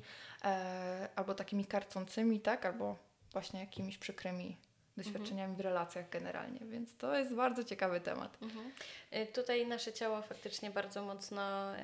albo takimi karcącymi, tak, albo właśnie jakimiś przykrymi doświadczeniami w relacjach generalnie, więc to jest bardzo ciekawy temat. Tutaj nasze ciało faktycznie bardzo mocno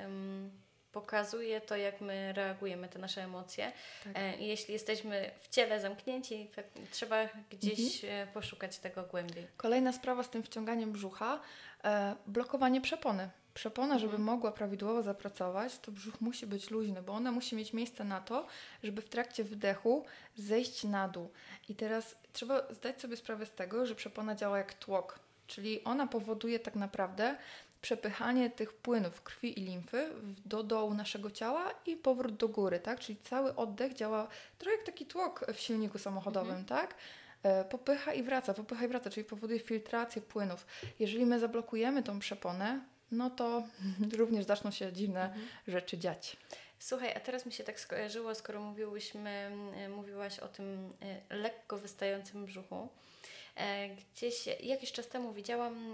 pokazuje to, jak my reagujemy, te nasze emocje. Tak. Jeśli jesteśmy w ciele zamknięci, trzeba gdzieś poszukać tego głębiej. Kolejna sprawa z tym wciąganiem brzucha, blokowanie przepony. Przepona, żeby mogła prawidłowo zapracować, to brzuch musi być luźny, bo ona musi mieć miejsce na to, żeby w trakcie wdechu zejść na dół. I teraz trzeba zdać sobie sprawę z tego, że przepona działa jak tłok, czyli ona powoduje tak naprawdę przepychanie tych płynów krwi i limfy do dołu naszego ciała i powrót do góry, tak? Czyli cały oddech działa trochę jak taki tłok w silniku samochodowym, tak? Popycha i wraca, czyli powoduje filtrację płynów. Jeżeli my zablokujemy tą przeponę, no to również zaczną się dziwne rzeczy dziać. Słuchaj, a teraz mi się tak skojarzyło, skoro mówiłaś o tym lekko wystającym brzuchu. Gdzieś jakiś czas temu widziałam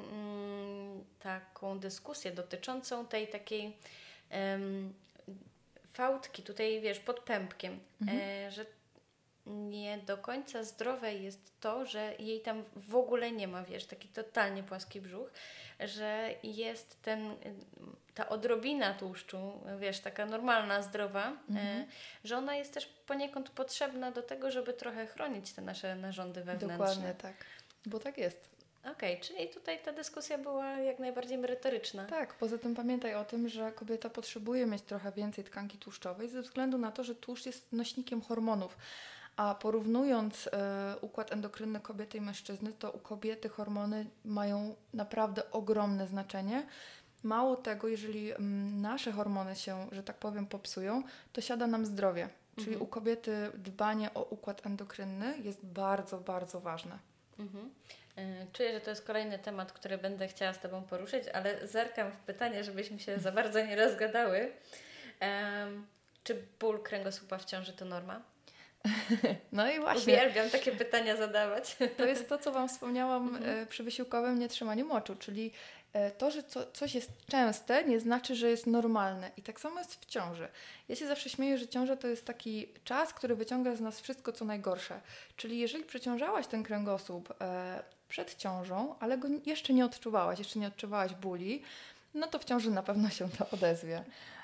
taką dyskusję dotyczącą tej takiej fałdki tutaj, wiesz, pod pępkiem, że nie do końca zdrowe jest to, że jej tam w ogóle nie ma, wiesz, taki totalnie płaski brzuch, że jest ta odrobina tłuszczu, wiesz, taka normalna, zdrowa, że ona jest też poniekąd potrzebna do tego, żeby trochę chronić te nasze narządy wewnętrzne. Dokładnie tak, bo tak jest. Okej, czyli tutaj ta dyskusja była jak najbardziej merytoryczna. Tak, poza tym pamiętaj o tym, że kobieta potrzebuje mieć trochę więcej tkanki tłuszczowej ze względu na to, że tłuszcz jest nośnikiem hormonów. A porównując układ endokrynny kobiety i mężczyzny, to u kobiety hormony mają naprawdę ogromne znaczenie. Mało tego, jeżeli nasze hormony się, że tak powiem, popsują, to siada nam zdrowie. Czyli u kobiety dbanie o układ endokrynny jest bardzo, bardzo ważne. Czuję, że to jest kolejny temat, który będę chciała z Tobą poruszyć, ale zerkam w pytanie, żebyśmy się za bardzo nie rozgadały. Czy ból kręgosłupa w ciąży to norma? No i właśnie. Uwielbiam takie pytania zadawać. To jest to, co Wam wspomniałam przy wysiłkowym nietrzymaniu moczu, czyli to, że coś jest częste, nie znaczy, że jest normalne. I tak samo jest w ciąży. Ja się zawsze śmieję, że ciąża to jest taki czas, który wyciąga z nas wszystko, co najgorsze. Czyli jeżeli przeciążałaś ten kręgosłup przed ciążą, ale go jeszcze nie odczuwałaś bóli, no to w ciąży na pewno się to odezwie.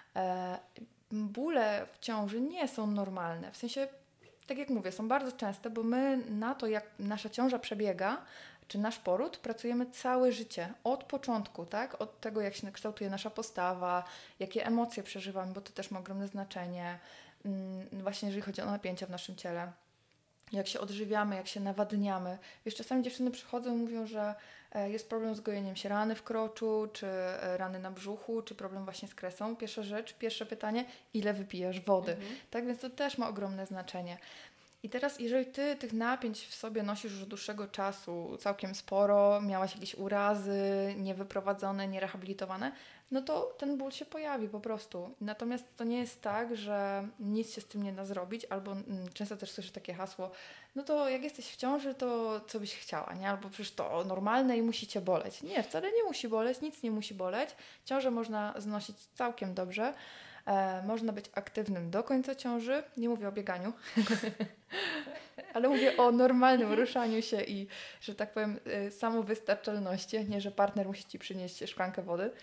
Bóle w ciąży nie są normalne. W sensie, tak jak mówię, są bardzo częste, bo my na to, jak nasza ciąża przebiega, czy nasz poród, pracujemy całe życie, od początku, tak? Od tego, jak się kształtuje nasza postawa, jakie emocje przeżywamy, bo to też ma ogromne znaczenie, właśnie jeżeli chodzi o napięcia w naszym ciele. Jak się odżywiamy, jak się nawadniamy. Wiesz, czasami dziewczyny przychodzą i mówią, że jest problem z gojeniem się rany w kroczu, czy rany na brzuchu, czy problem właśnie z kresą. Pierwsze pytanie, ile wypijesz wody? Tak więc to też ma ogromne znaczenie. I teraz, jeżeli Ty tych napięć w sobie nosisz już od dłuższego czasu całkiem sporo, miałaś jakieś urazy niewyprowadzone, nierehabilitowane, no to ten ból się pojawi po prostu. Natomiast to nie jest tak, że nic się z tym nie da zrobić, albo często też słyszę takie hasło, no to jak jesteś w ciąży, to co byś chciała, nie? Albo przecież to normalne i musi Cię boleć. Nie, wcale nie musi boleć, nic nie musi boleć. Ciążę można znosić całkiem dobrze. Można być aktywnym do końca ciąży. Nie mówię o bieganiu, ale mówię o normalnym ruszaniu się i, że tak powiem, samowystarczalności, nie, że partner musi Ci przynieść szklankę wody.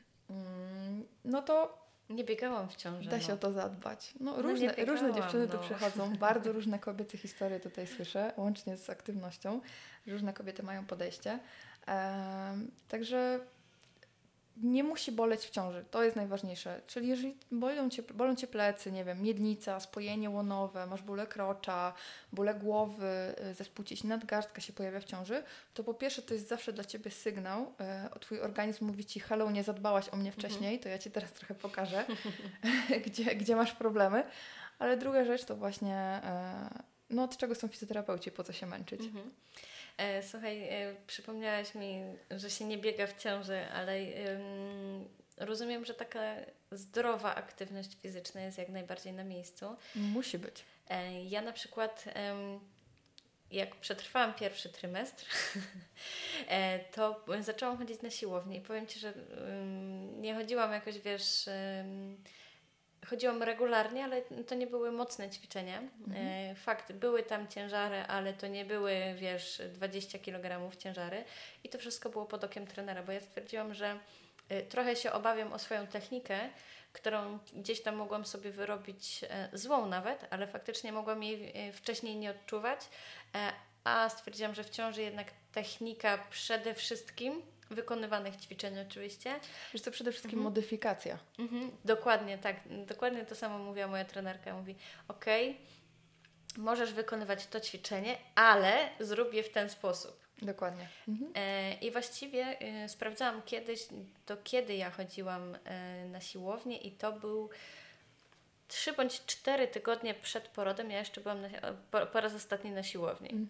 No to nie biegałam w ciąży. Da się o to zadbać. No, różne dziewczyny tu przychodzą, bardzo różne kobiece historie tutaj słyszę, łącznie z aktywnością. Różne kobiety mają podejście. Także nie musi boleć w ciąży. To jest najważniejsze. Czyli jeżeli bolą Cię plecy, nie wiem, miednica, spojenie łonowe, masz bóle krocza, bóle głowy, zespół ciśnienia nadgarstka się pojawia w ciąży, to po pierwsze to jest zawsze dla Ciebie sygnał. Twój organizm mówi Ci, hello, nie zadbałaś o mnie wcześniej, to ja Ci teraz trochę pokażę, gdzie masz problemy. Ale druga rzecz to właśnie, no od czego są fizjoterapeuci, po co się męczyć. Słuchaj, przypomniałaś mi, że się nie biega w ciąży, ale rozumiem, że taka zdrowa aktywność fizyczna jest jak najbardziej na miejscu. Musi być. Ja na przykład, jak przetrwałam pierwszy trymestr, to zaczęłam chodzić na siłownię i powiem Ci, że nie chodziłam jakoś, wiesz... Chodziłam regularnie, ale to nie były mocne ćwiczenia. Fakt, były tam ciężary, ale to nie były, wiesz, 20 kg ciężary. I to wszystko było pod okiem trenera, bo ja stwierdziłam, że trochę się obawiam o swoją technikę, którą gdzieś tam mogłam sobie wyrobić złą nawet, ale faktycznie mogłam jej wcześniej nie odczuwać. A stwierdziłam, że w ciąży jednak technika przede wszystkim, wykonywanych ćwiczeń oczywiście. Wiesz co, przede wszystkim modyfikacja. Dokładnie, tak. Dokładnie to samo mówiła moja trenerka. Mówi, okej, możesz wykonywać to ćwiczenie, ale zrób je w ten sposób. Dokładnie. I właściwie sprawdzałam kiedyś, kiedy ja chodziłam na siłownię i to był 3 bądź 4 tygodnie przed porodem. Ja jeszcze byłam po raz ostatni na siłowni.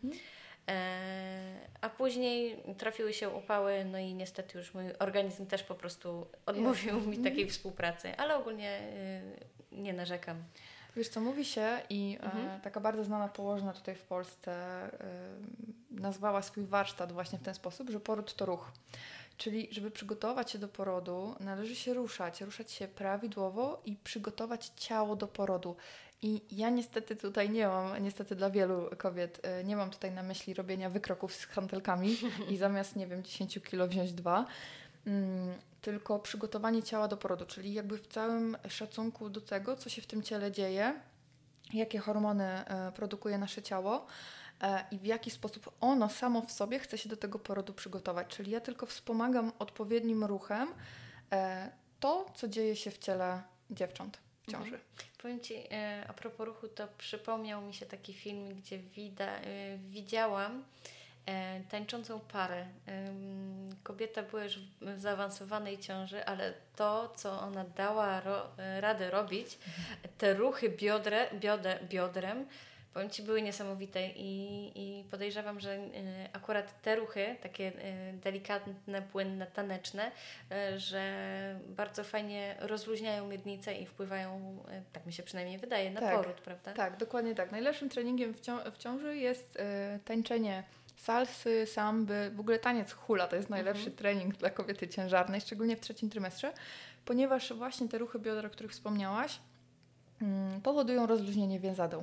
A później trafiły się upały, no i niestety już mój organizm też po prostu odmówił mi takiej współpracy, ale ogólnie nie narzekam. Wiesz co, mówi się i taka bardzo znana położna tutaj w Polsce nazwała swój warsztat właśnie w ten sposób, że poród to ruch. Czyli żeby przygotować się do porodu, należy się ruszać się prawidłowo i przygotować ciało do porodu. I ja niestety tutaj nie mam, niestety dla wielu kobiet, nie mam tutaj na myśli robienia wykroków z hantelkami i zamiast, nie wiem, 10 kilo wziąć 2, tylko przygotowanie ciała do porodu, czyli jakby w całym szacunku do tego, co się w tym ciele dzieje, jakie hormony produkuje nasze ciało i w jaki sposób ono samo w sobie chce się do tego porodu przygotować. Czyli ja tylko wspomagam odpowiednim ruchem to, co dzieje się w ciele dziewcząt w ciąży. Powiem Ci, a propos ruchu, to przypomniał mi się taki film, gdzie widziałam tańczącą parę. Kobieta była już w zaawansowanej ciąży, ale to, co ona dała radę robić, te ruchy biodrem, powiem Ci, były niesamowite i podejrzewam, że akurat te ruchy, takie delikatne, płynne, taneczne, że bardzo fajnie rozluźniają miednicę i wpływają, tak mi się przynajmniej wydaje, na poród, prawda? Tak, dokładnie tak. Najlepszym treningiem w ciąży jest tańczenie salsy, samby, w ogóle taniec hula to jest najlepszy trening dla kobiety ciężarnej, szczególnie w 3. trymestrze, ponieważ właśnie te ruchy biodra, o których wspomniałaś, powodują rozluźnienie więzadeł.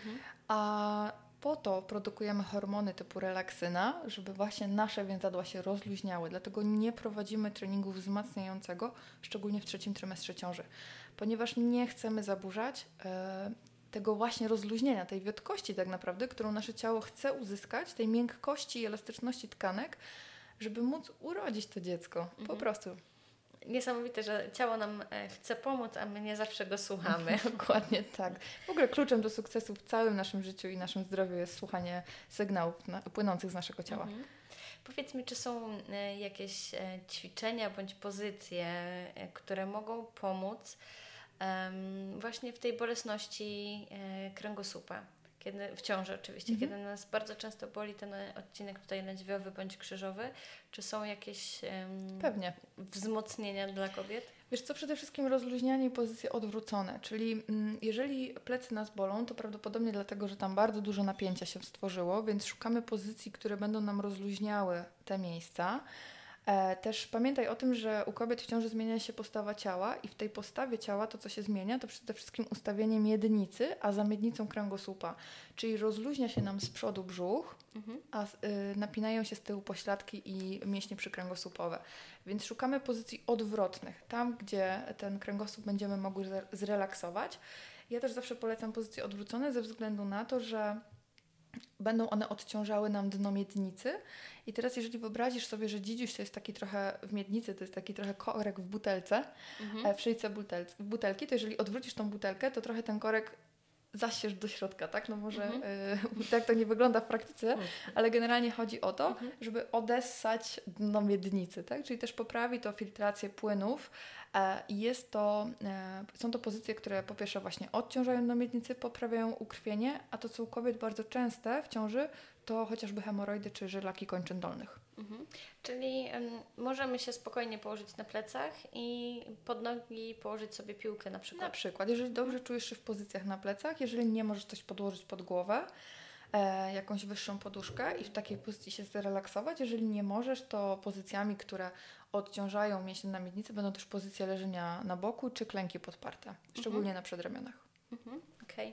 A po to produkujemy hormony typu relaksyna, żeby właśnie nasze więzadła się rozluźniały. Dlatego nie prowadzimy treningu wzmacniającego, szczególnie w 3. trymestrze ciąży, ponieważ nie chcemy zaburzać tego właśnie rozluźnienia, tej wiotkości tak naprawdę, którą nasze ciało chce uzyskać, tej miękkości i elastyczności tkanek, żeby móc urodzić to dziecko. Po prostu. Niesamowite, że ciało nam chce pomóc, a my nie zawsze go słuchamy. Dokładnie tak. W ogóle kluczem do sukcesu w całym naszym życiu i naszym zdrowiu jest słuchanie sygnałów płynących z naszego ciała. Powiedz mi, czy są jakieś ćwiczenia bądź pozycje, które mogą pomóc właśnie w tej bolesności kręgosłupa? Kiedy, w ciąży oczywiście, kiedy nas bardzo często boli ten odcinek tutaj lędźwiowy bądź krzyżowy, czy są jakieś Pewnie wzmocnienia dla kobiet? Wiesz co, przede wszystkim rozluźnianie i pozycje odwrócone, czyli jeżeli plecy nas bolą, to prawdopodobnie dlatego, że tam bardzo dużo napięcia się stworzyło, więc szukamy pozycji, które będą nam rozluźniały te miejsca. Też pamiętaj o tym, że u kobiet w ciąży zmienia się postawa ciała i w tej postawie ciała to, co się zmienia, to przede wszystkim ustawienie miednicy, a za miednicą kręgosłupa. Czyli rozluźnia się nam z przodu brzuch, a napinają się z tyłu pośladki i mięśnie przykręgosłupowe. Więc szukamy pozycji odwrotnych, tam gdzie ten kręgosłup będziemy mogły zrelaksować. Ja też zawsze polecam pozycje odwrócone ze względu na to, że będą one odciążały nam dno miednicy. I teraz jeżeli wyobrazisz sobie, że dzidziuś to jest taki trochę w miednicy, to jest taki trochę korek w butelce, w szyjce butelki, to jeżeli odwrócisz tą butelkę, to trochę ten korek zasiesz do środka, tak? No może tak to nie wygląda w praktyce, ale generalnie chodzi o to, żeby odessać dno miednicy, tak? Czyli też poprawi to filtrację płynów i są to pozycje, które po pierwsze właśnie odciążają dno miednicy, poprawiają ukrwienie, a to co u kobiet bardzo częste w ciąży, to chociażby hemoroidy czy żylaki kończyn dolnych. Czyli możemy się spokojnie położyć na plecach i pod nogi położyć sobie piłkę na przykład. Na przykład, jeżeli dobrze czujesz się w pozycjach na plecach, jeżeli nie możesz coś podłożyć pod głowę, jakąś wyższą poduszkę i w takiej pozycji się zrelaksować. Jeżeli nie możesz, to pozycjami, które odciążają mięśnie na miednicy, będą też pozycje leżenia na boku czy klęki podparte, szczególnie na przedramionach. Okej.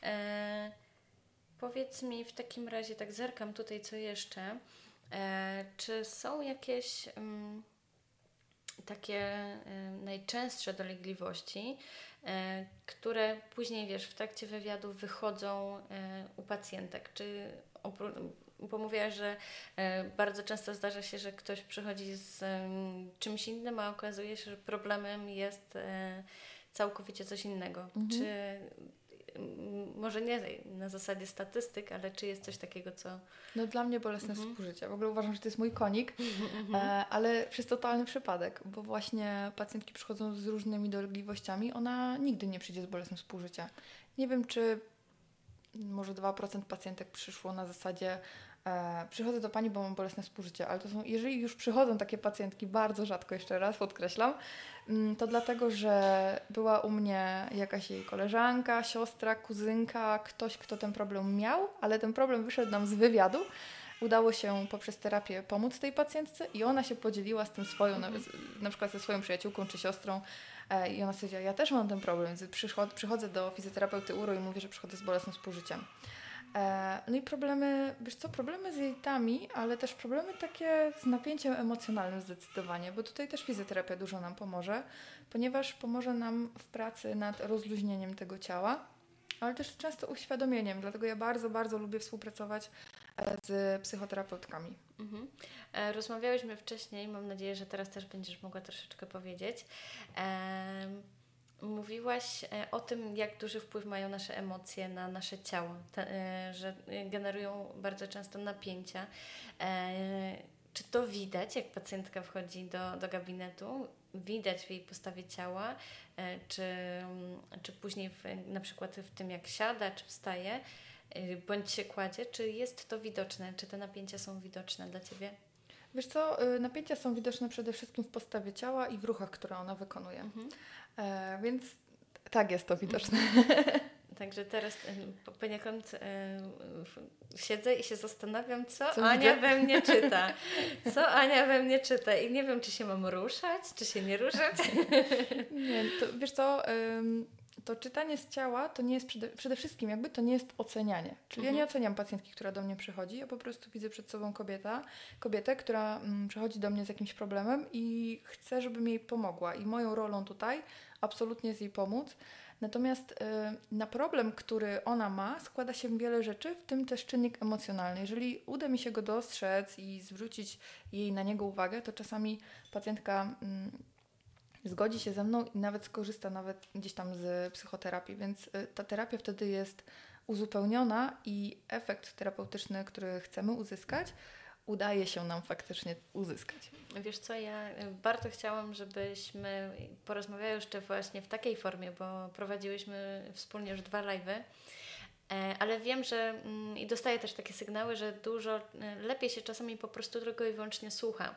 Powiedz mi w takim razie, tak zerkam tutaj co jeszcze, czy są jakieś takie najczęstsze dolegliwości, które później, wiesz, w trakcie wywiadu wychodzą u pacjentek? Czy bo mówiłaś, że bardzo często zdarza się, że ktoś przychodzi z czymś innym, a okazuje się, że problemem jest całkowicie coś innego. Czy może nie na zasadzie statystyk, ale czy jest coś takiego, co... No dla mnie bolesne współżycie. W ogóle uważam, że to jest mój konik, ale jest totalny przypadek, bo właśnie pacjentki przychodzą z różnymi dolegliwościami, ona nigdy nie przyjdzie z bolesnym współżycia. Nie wiem, czy może 2% pacjentek przyszło na zasadzie przychodzę do Pani, bo mam bolesne współżycie, ale to są, jeżeli już przychodzą takie pacjentki, bardzo rzadko, jeszcze raz podkreślam, to dlatego, że była u mnie jakaś jej koleżanka, siostra, kuzynka, ktoś, kto ten problem miał, ale ten problem wyszedł nam z wywiadu udało się poprzez terapię pomóc tej pacjentce i ona się podzieliła z tym swoją, na przykład ze swoją przyjaciółką czy siostrą i ona stwierdziła, ja też mam ten problem, więc przychodzę do fizjoterapeuty uro i mówię, że przychodzę z bolesnym współżyciem. No i problemy, wiesz co, problemy z jelitami, ale też problemy takie z napięciem emocjonalnym zdecydowanie, bo tutaj też fizjoterapia dużo nam pomoże, ponieważ pomoże nam w pracy nad rozluźnieniem tego ciała, ale też często uświadomieniem, dlatego ja bardzo, bardzo lubię współpracować z psychoterapeutkami. Rozmawiałyśmy wcześniej, mam nadzieję, że teraz też będziesz mogła troszeczkę powiedzieć. Mówiłaś o tym, jak duży wpływ mają nasze emocje na nasze ciało, że generują bardzo często napięcia. Czy to widać, jak pacjentka wchodzi do gabinetu? Widać w jej postawie ciała, czy później na przykład w tym, jak siada, czy wstaje, bądź się kładzie, czy jest to widoczne? Czy te napięcia są widoczne dla Ciebie? Wiesz co, napięcia są widoczne przede wszystkim w postawie ciała i w ruchach, które ona wykonuje. Więc tak, jest to widoczne. Także teraz poniekąd siedzę i się zastanawiam, co Co Ania widzę? we mnie czyta. Co Ania we mnie czyta i nie wiem, czy się mam ruszać, czy się nie ruszać. Nie, to wiesz co, to czytanie z ciała to nie jest przede wszystkim jakby to nie jest ocenianie. Czyli ja nie oceniam pacjentki, która do mnie przychodzi, ja po prostu widzę przed sobą kobietę, która przychodzi do mnie z jakimś problemem i chcę, żebym jej pomogła. I moją rolą tutaj absolutnie jest jej pomóc. Natomiast na problem, który ona ma, składa się wiele rzeczy, w tym też czynnik emocjonalny. Jeżeli uda mi się go dostrzec i zwrócić jej na niego uwagę, to czasami pacjentka zgodzi się ze mną i nawet skorzysta nawet gdzieś tam z psychoterapii, więc ta terapia wtedy jest uzupełniona i efekt terapeutyczny, który chcemy uzyskać, udaje się nam faktycznie uzyskać. Wiesz co, ja bardzo chciałam, żebyśmy porozmawiały jeszcze właśnie w takiej formie, bo prowadziłyśmy wspólnie już 2 live'y, ale wiem, że i dostaję też takie sygnały, że dużo lepiej się czasami po prostu tylko i wyłącznie słucha.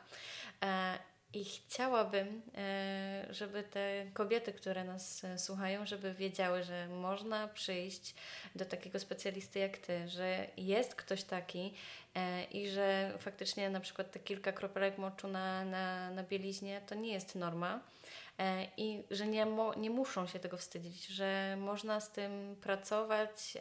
I chciałabym, żeby te kobiety, które nas słuchają, żeby wiedziały, że można przyjść do takiego specjalisty jak Ty, że jest ktoś taki i że faktycznie na przykład te kilka kropelek moczu na bieliźnie to nie jest norma i że nie muszą się tego wstydzić, że można z tym pracować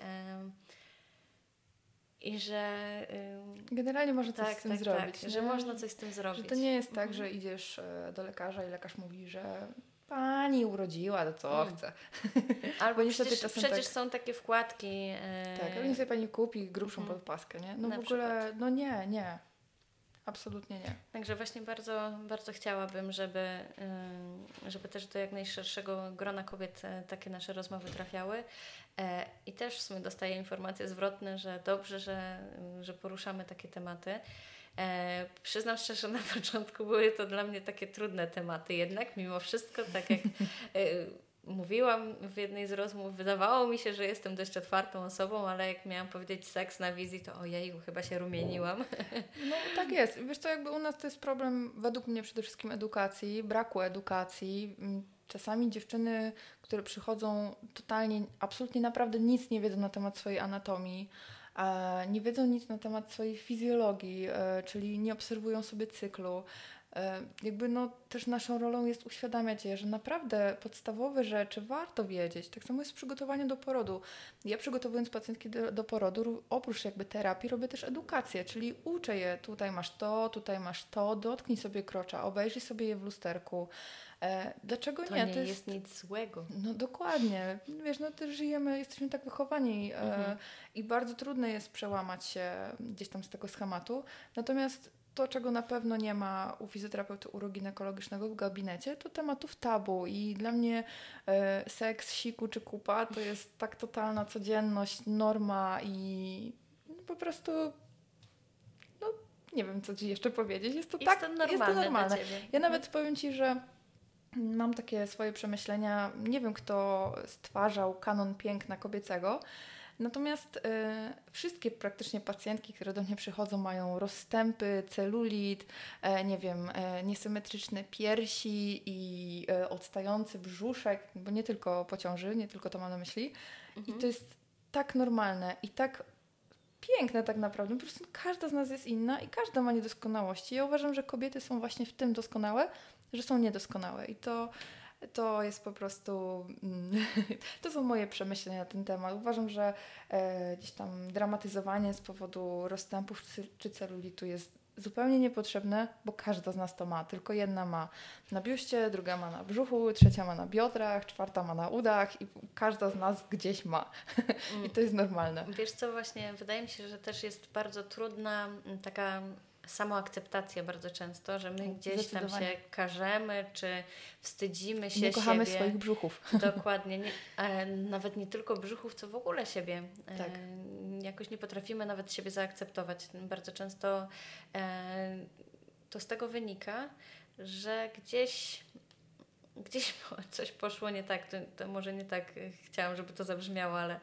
i że generalnie można coś z tym zrobić. Tak, że można coś z tym zrobić. Że to nie jest tak, że idziesz do lekarza i lekarz mówi, że pani urodziła, to co chce. Albo przecież są takie wkładki. Tak, ale niech sobie pani kupi grubszą podpaskę, nie? No w ogóle, przykład. No nie. Absolutnie nie. Także właśnie bardzo, bardzo chciałabym, żeby też do jak najszerszego grona kobiet takie nasze rozmowy trafiały. I też w sumie dostaję informacje zwrotne, że dobrze, że poruszamy takie tematy. Przyznam szczerze, na początku były to dla mnie takie trudne tematy jednak, mimo wszystko, tak jak mówiłam w jednej z rozmów, wydawało mi się, że jestem dość otwartą osobą, ale jak miałam powiedzieć seks na wizji, to ojeju, chyba się rumieniłam. No tak jest. Wiesz co, jakby u nas to jest problem według mnie przede wszystkim edukacji, braku edukacji. Czasami dziewczyny, które przychodzą totalnie, absolutnie naprawdę nic nie wiedzą na temat swojej anatomii, nie wiedzą nic na temat swojej fizjologii, czyli nie obserwują sobie cyklu. Jakby no też naszą rolą jest uświadamiać je, że naprawdę podstawowe rzeczy warto wiedzieć. Tak samo jest w przygotowaniu do porodu. Ja przygotowując pacjentki do porodu, oprócz jakby terapii robię też edukację, czyli uczę je, tutaj masz to, dotknij sobie krocza, obejrzyj sobie je w lusterku. Dlaczego to nie? To nie jest nic złego. No dokładnie. Wiesz, no też żyjemy, jesteśmy tak wychowani i bardzo trudno jest przełamać się gdzieś tam z tego schematu. Natomiast to, czego na pewno nie ma u fizjoterapeuty uroginekologicznego w gabinecie, to tematów tabu i dla mnie seks, siku czy kupa to jest tak totalna codzienność, norma i po prostu no nie wiem, co Ci jeszcze powiedzieć. Jest to normalne. Dla Ciebie. Ja nawet powiem Ci, że mam takie swoje przemyślenia. Nie wiem, kto stwarzał kanon piękna kobiecego. Natomiast wszystkie praktycznie pacjentki, które do mnie przychodzą, mają rozstępy, celulit, niesymetryczne piersi i odstający brzuszek, bo nie tylko po ciąży, nie tylko to mam na myśli. I to jest tak normalne i tak piękne tak naprawdę. Po prostu każda z nas jest inna i każda ma niedoskonałości. Ja uważam, że kobiety są właśnie w tym doskonałe, że są niedoskonałe i to jest po prostu, to są moje przemyślenia na ten temat. Uważam, że gdzieś tam dramatyzowanie z powodu rozstępów czy celulitu jest zupełnie niepotrzebne, bo każda z nas to ma. Tylko jedna ma na biuście, druga ma na brzuchu, trzecia ma na biodrach, czwarta ma na udach i każda z nas gdzieś ma. I to jest normalne. Wiesz co, właśnie wydaje mi się, że też jest bardzo trudna taka samoakceptacja bardzo często, że my gdzieś tam się karzemy, czy wstydzimy się nie kochamy siebie. swoich brzuchów. Dokładnie. Nawet nie tylko brzuchów, co w ogóle siebie. Tak. Jakoś nie potrafimy nawet siebie zaakceptować. Bardzo często to z tego wynika, że gdzieś coś poszło nie tak. To może nie tak chciałam, żeby to zabrzmiało, ale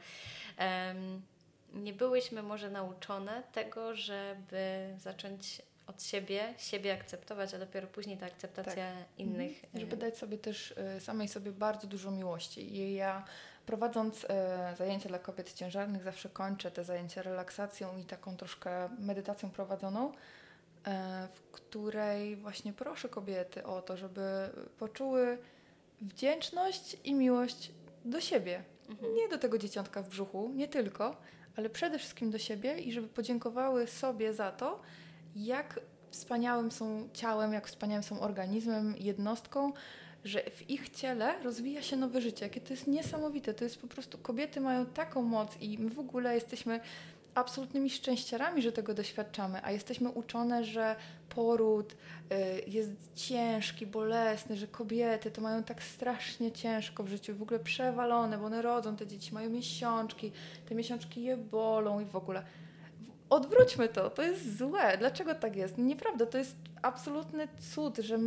nie byłyśmy może nauczone tego, żeby zacząć od siebie akceptować, a dopiero później ta akceptacja innych. Żeby dać sobie też samej sobie bardzo dużo miłości. I ja prowadząc zajęcia dla kobiet ciężarnych zawsze kończę te zajęcia relaksacją i taką troszkę medytacją prowadzoną, w której właśnie proszę kobiety o to, żeby poczuły wdzięczność i miłość do siebie. Nie do tego dzieciątka w brzuchu, nie tylko, ale przede wszystkim do siebie i żeby podziękowały sobie za to, jak wspaniałym są ciałem, jak wspaniałym są organizmem, jednostką, że w ich ciele rozwija się nowe życie. Jakie to jest niesamowite. To jest po prostu, kobiety mają taką moc i my w ogóle jesteśmy absolutnymi szczęściarami, że tego doświadczamy, a jesteśmy uczone, że poród jest ciężki, bolesny, że kobiety to mają tak strasznie ciężko w życiu, w ogóle przewalone, bo one rodzą te dzieci, mają miesiączki, te miesiączki je bolą i w ogóle. Odwróćmy to jest złe. Dlaczego tak jest? Nieprawda, to jest absolutny cud, że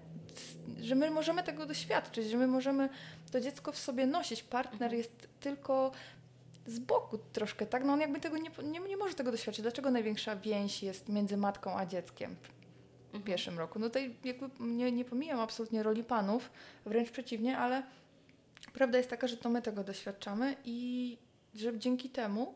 my możemy tego doświadczyć, że my możemy to dziecko w sobie nosić. Partner jest tylko z boku troszkę, tak? No on jakby tego nie może tego doświadczyć. Dlaczego największa więź jest między matką a dzieckiem w pierwszym roku? No tutaj jakby nie pomijam absolutnie roli panów, wręcz przeciwnie, ale prawda jest taka, że to my tego doświadczamy i że dzięki temu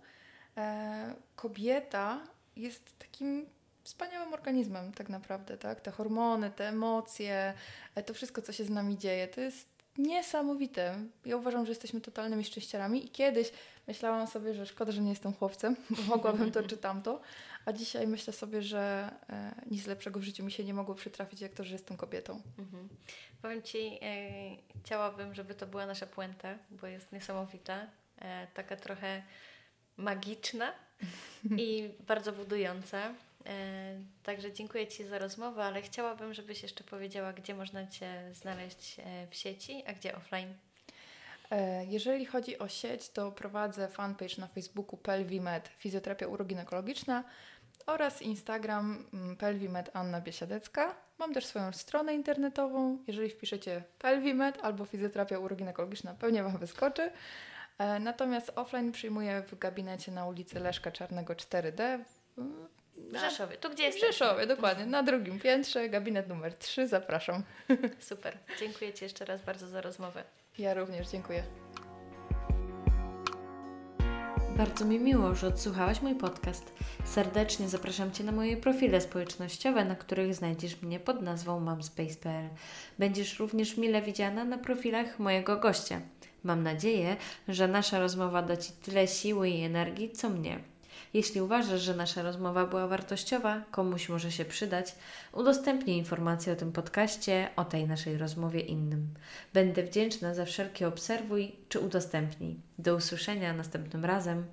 kobieta jest takim wspaniałym organizmem tak naprawdę, tak? Te hormony, te emocje, to wszystko, co się z nami dzieje, to jest niesamowite. Ja uważam, że jesteśmy totalnymi szczęściarami i kiedyś myślałam sobie, że szkoda, że nie jestem chłopcem, bo mogłabym to czy tamto, a dzisiaj myślę sobie, że nic lepszego w życiu mi się nie mogło przytrafić, jak to, że jestem kobietą. Powiem Ci, chciałabym, żeby to była nasza puenta, bo jest niesamowita, taka trochę magiczna i bardzo budująca. Także dziękuję Ci za rozmowę, ale chciałabym, żebyś jeszcze powiedziała, gdzie można Cię znaleźć w sieci, a gdzie offline. Jeżeli chodzi o sieć, to prowadzę fanpage na Facebooku Pelvimed Fizjoterapia Uroginekologiczna oraz Instagram Pelvimed Anna Biesiadecka. Mam też swoją stronę internetową. Jeżeli wpiszecie Pelvimed albo Fizjoterapia Uroginekologiczna, pewnie Wam wyskoczy. Natomiast offline przyjmuję w gabinecie na ulicy Leszka Czarnego 4D w Rzeszowie. Tu gdzie jest? W Rzeszowie, dokładnie. Na drugim piętrze, gabinet numer 3. Zapraszam. Super. Dziękuję Ci jeszcze raz bardzo za rozmowę. Ja również dziękuję. Bardzo mi miło, że odsłuchałaś mój podcast. Serdecznie zapraszam Cię na moje profile społecznościowe, na których znajdziesz mnie pod nazwą mamspace.pl. Będziesz również mile widziana na profilach mojego gościa. Mam nadzieję, że nasza rozmowa da Ci tyle siły i energii, co mnie. Jeśli uważasz, że nasza rozmowa była wartościowa, komuś może się przydać, udostępnij informacje o tym podcaście, o tej naszej rozmowie innym. Będę wdzięczna za wszelkie obserwuj czy udostępnij. Do usłyszenia następnym razem.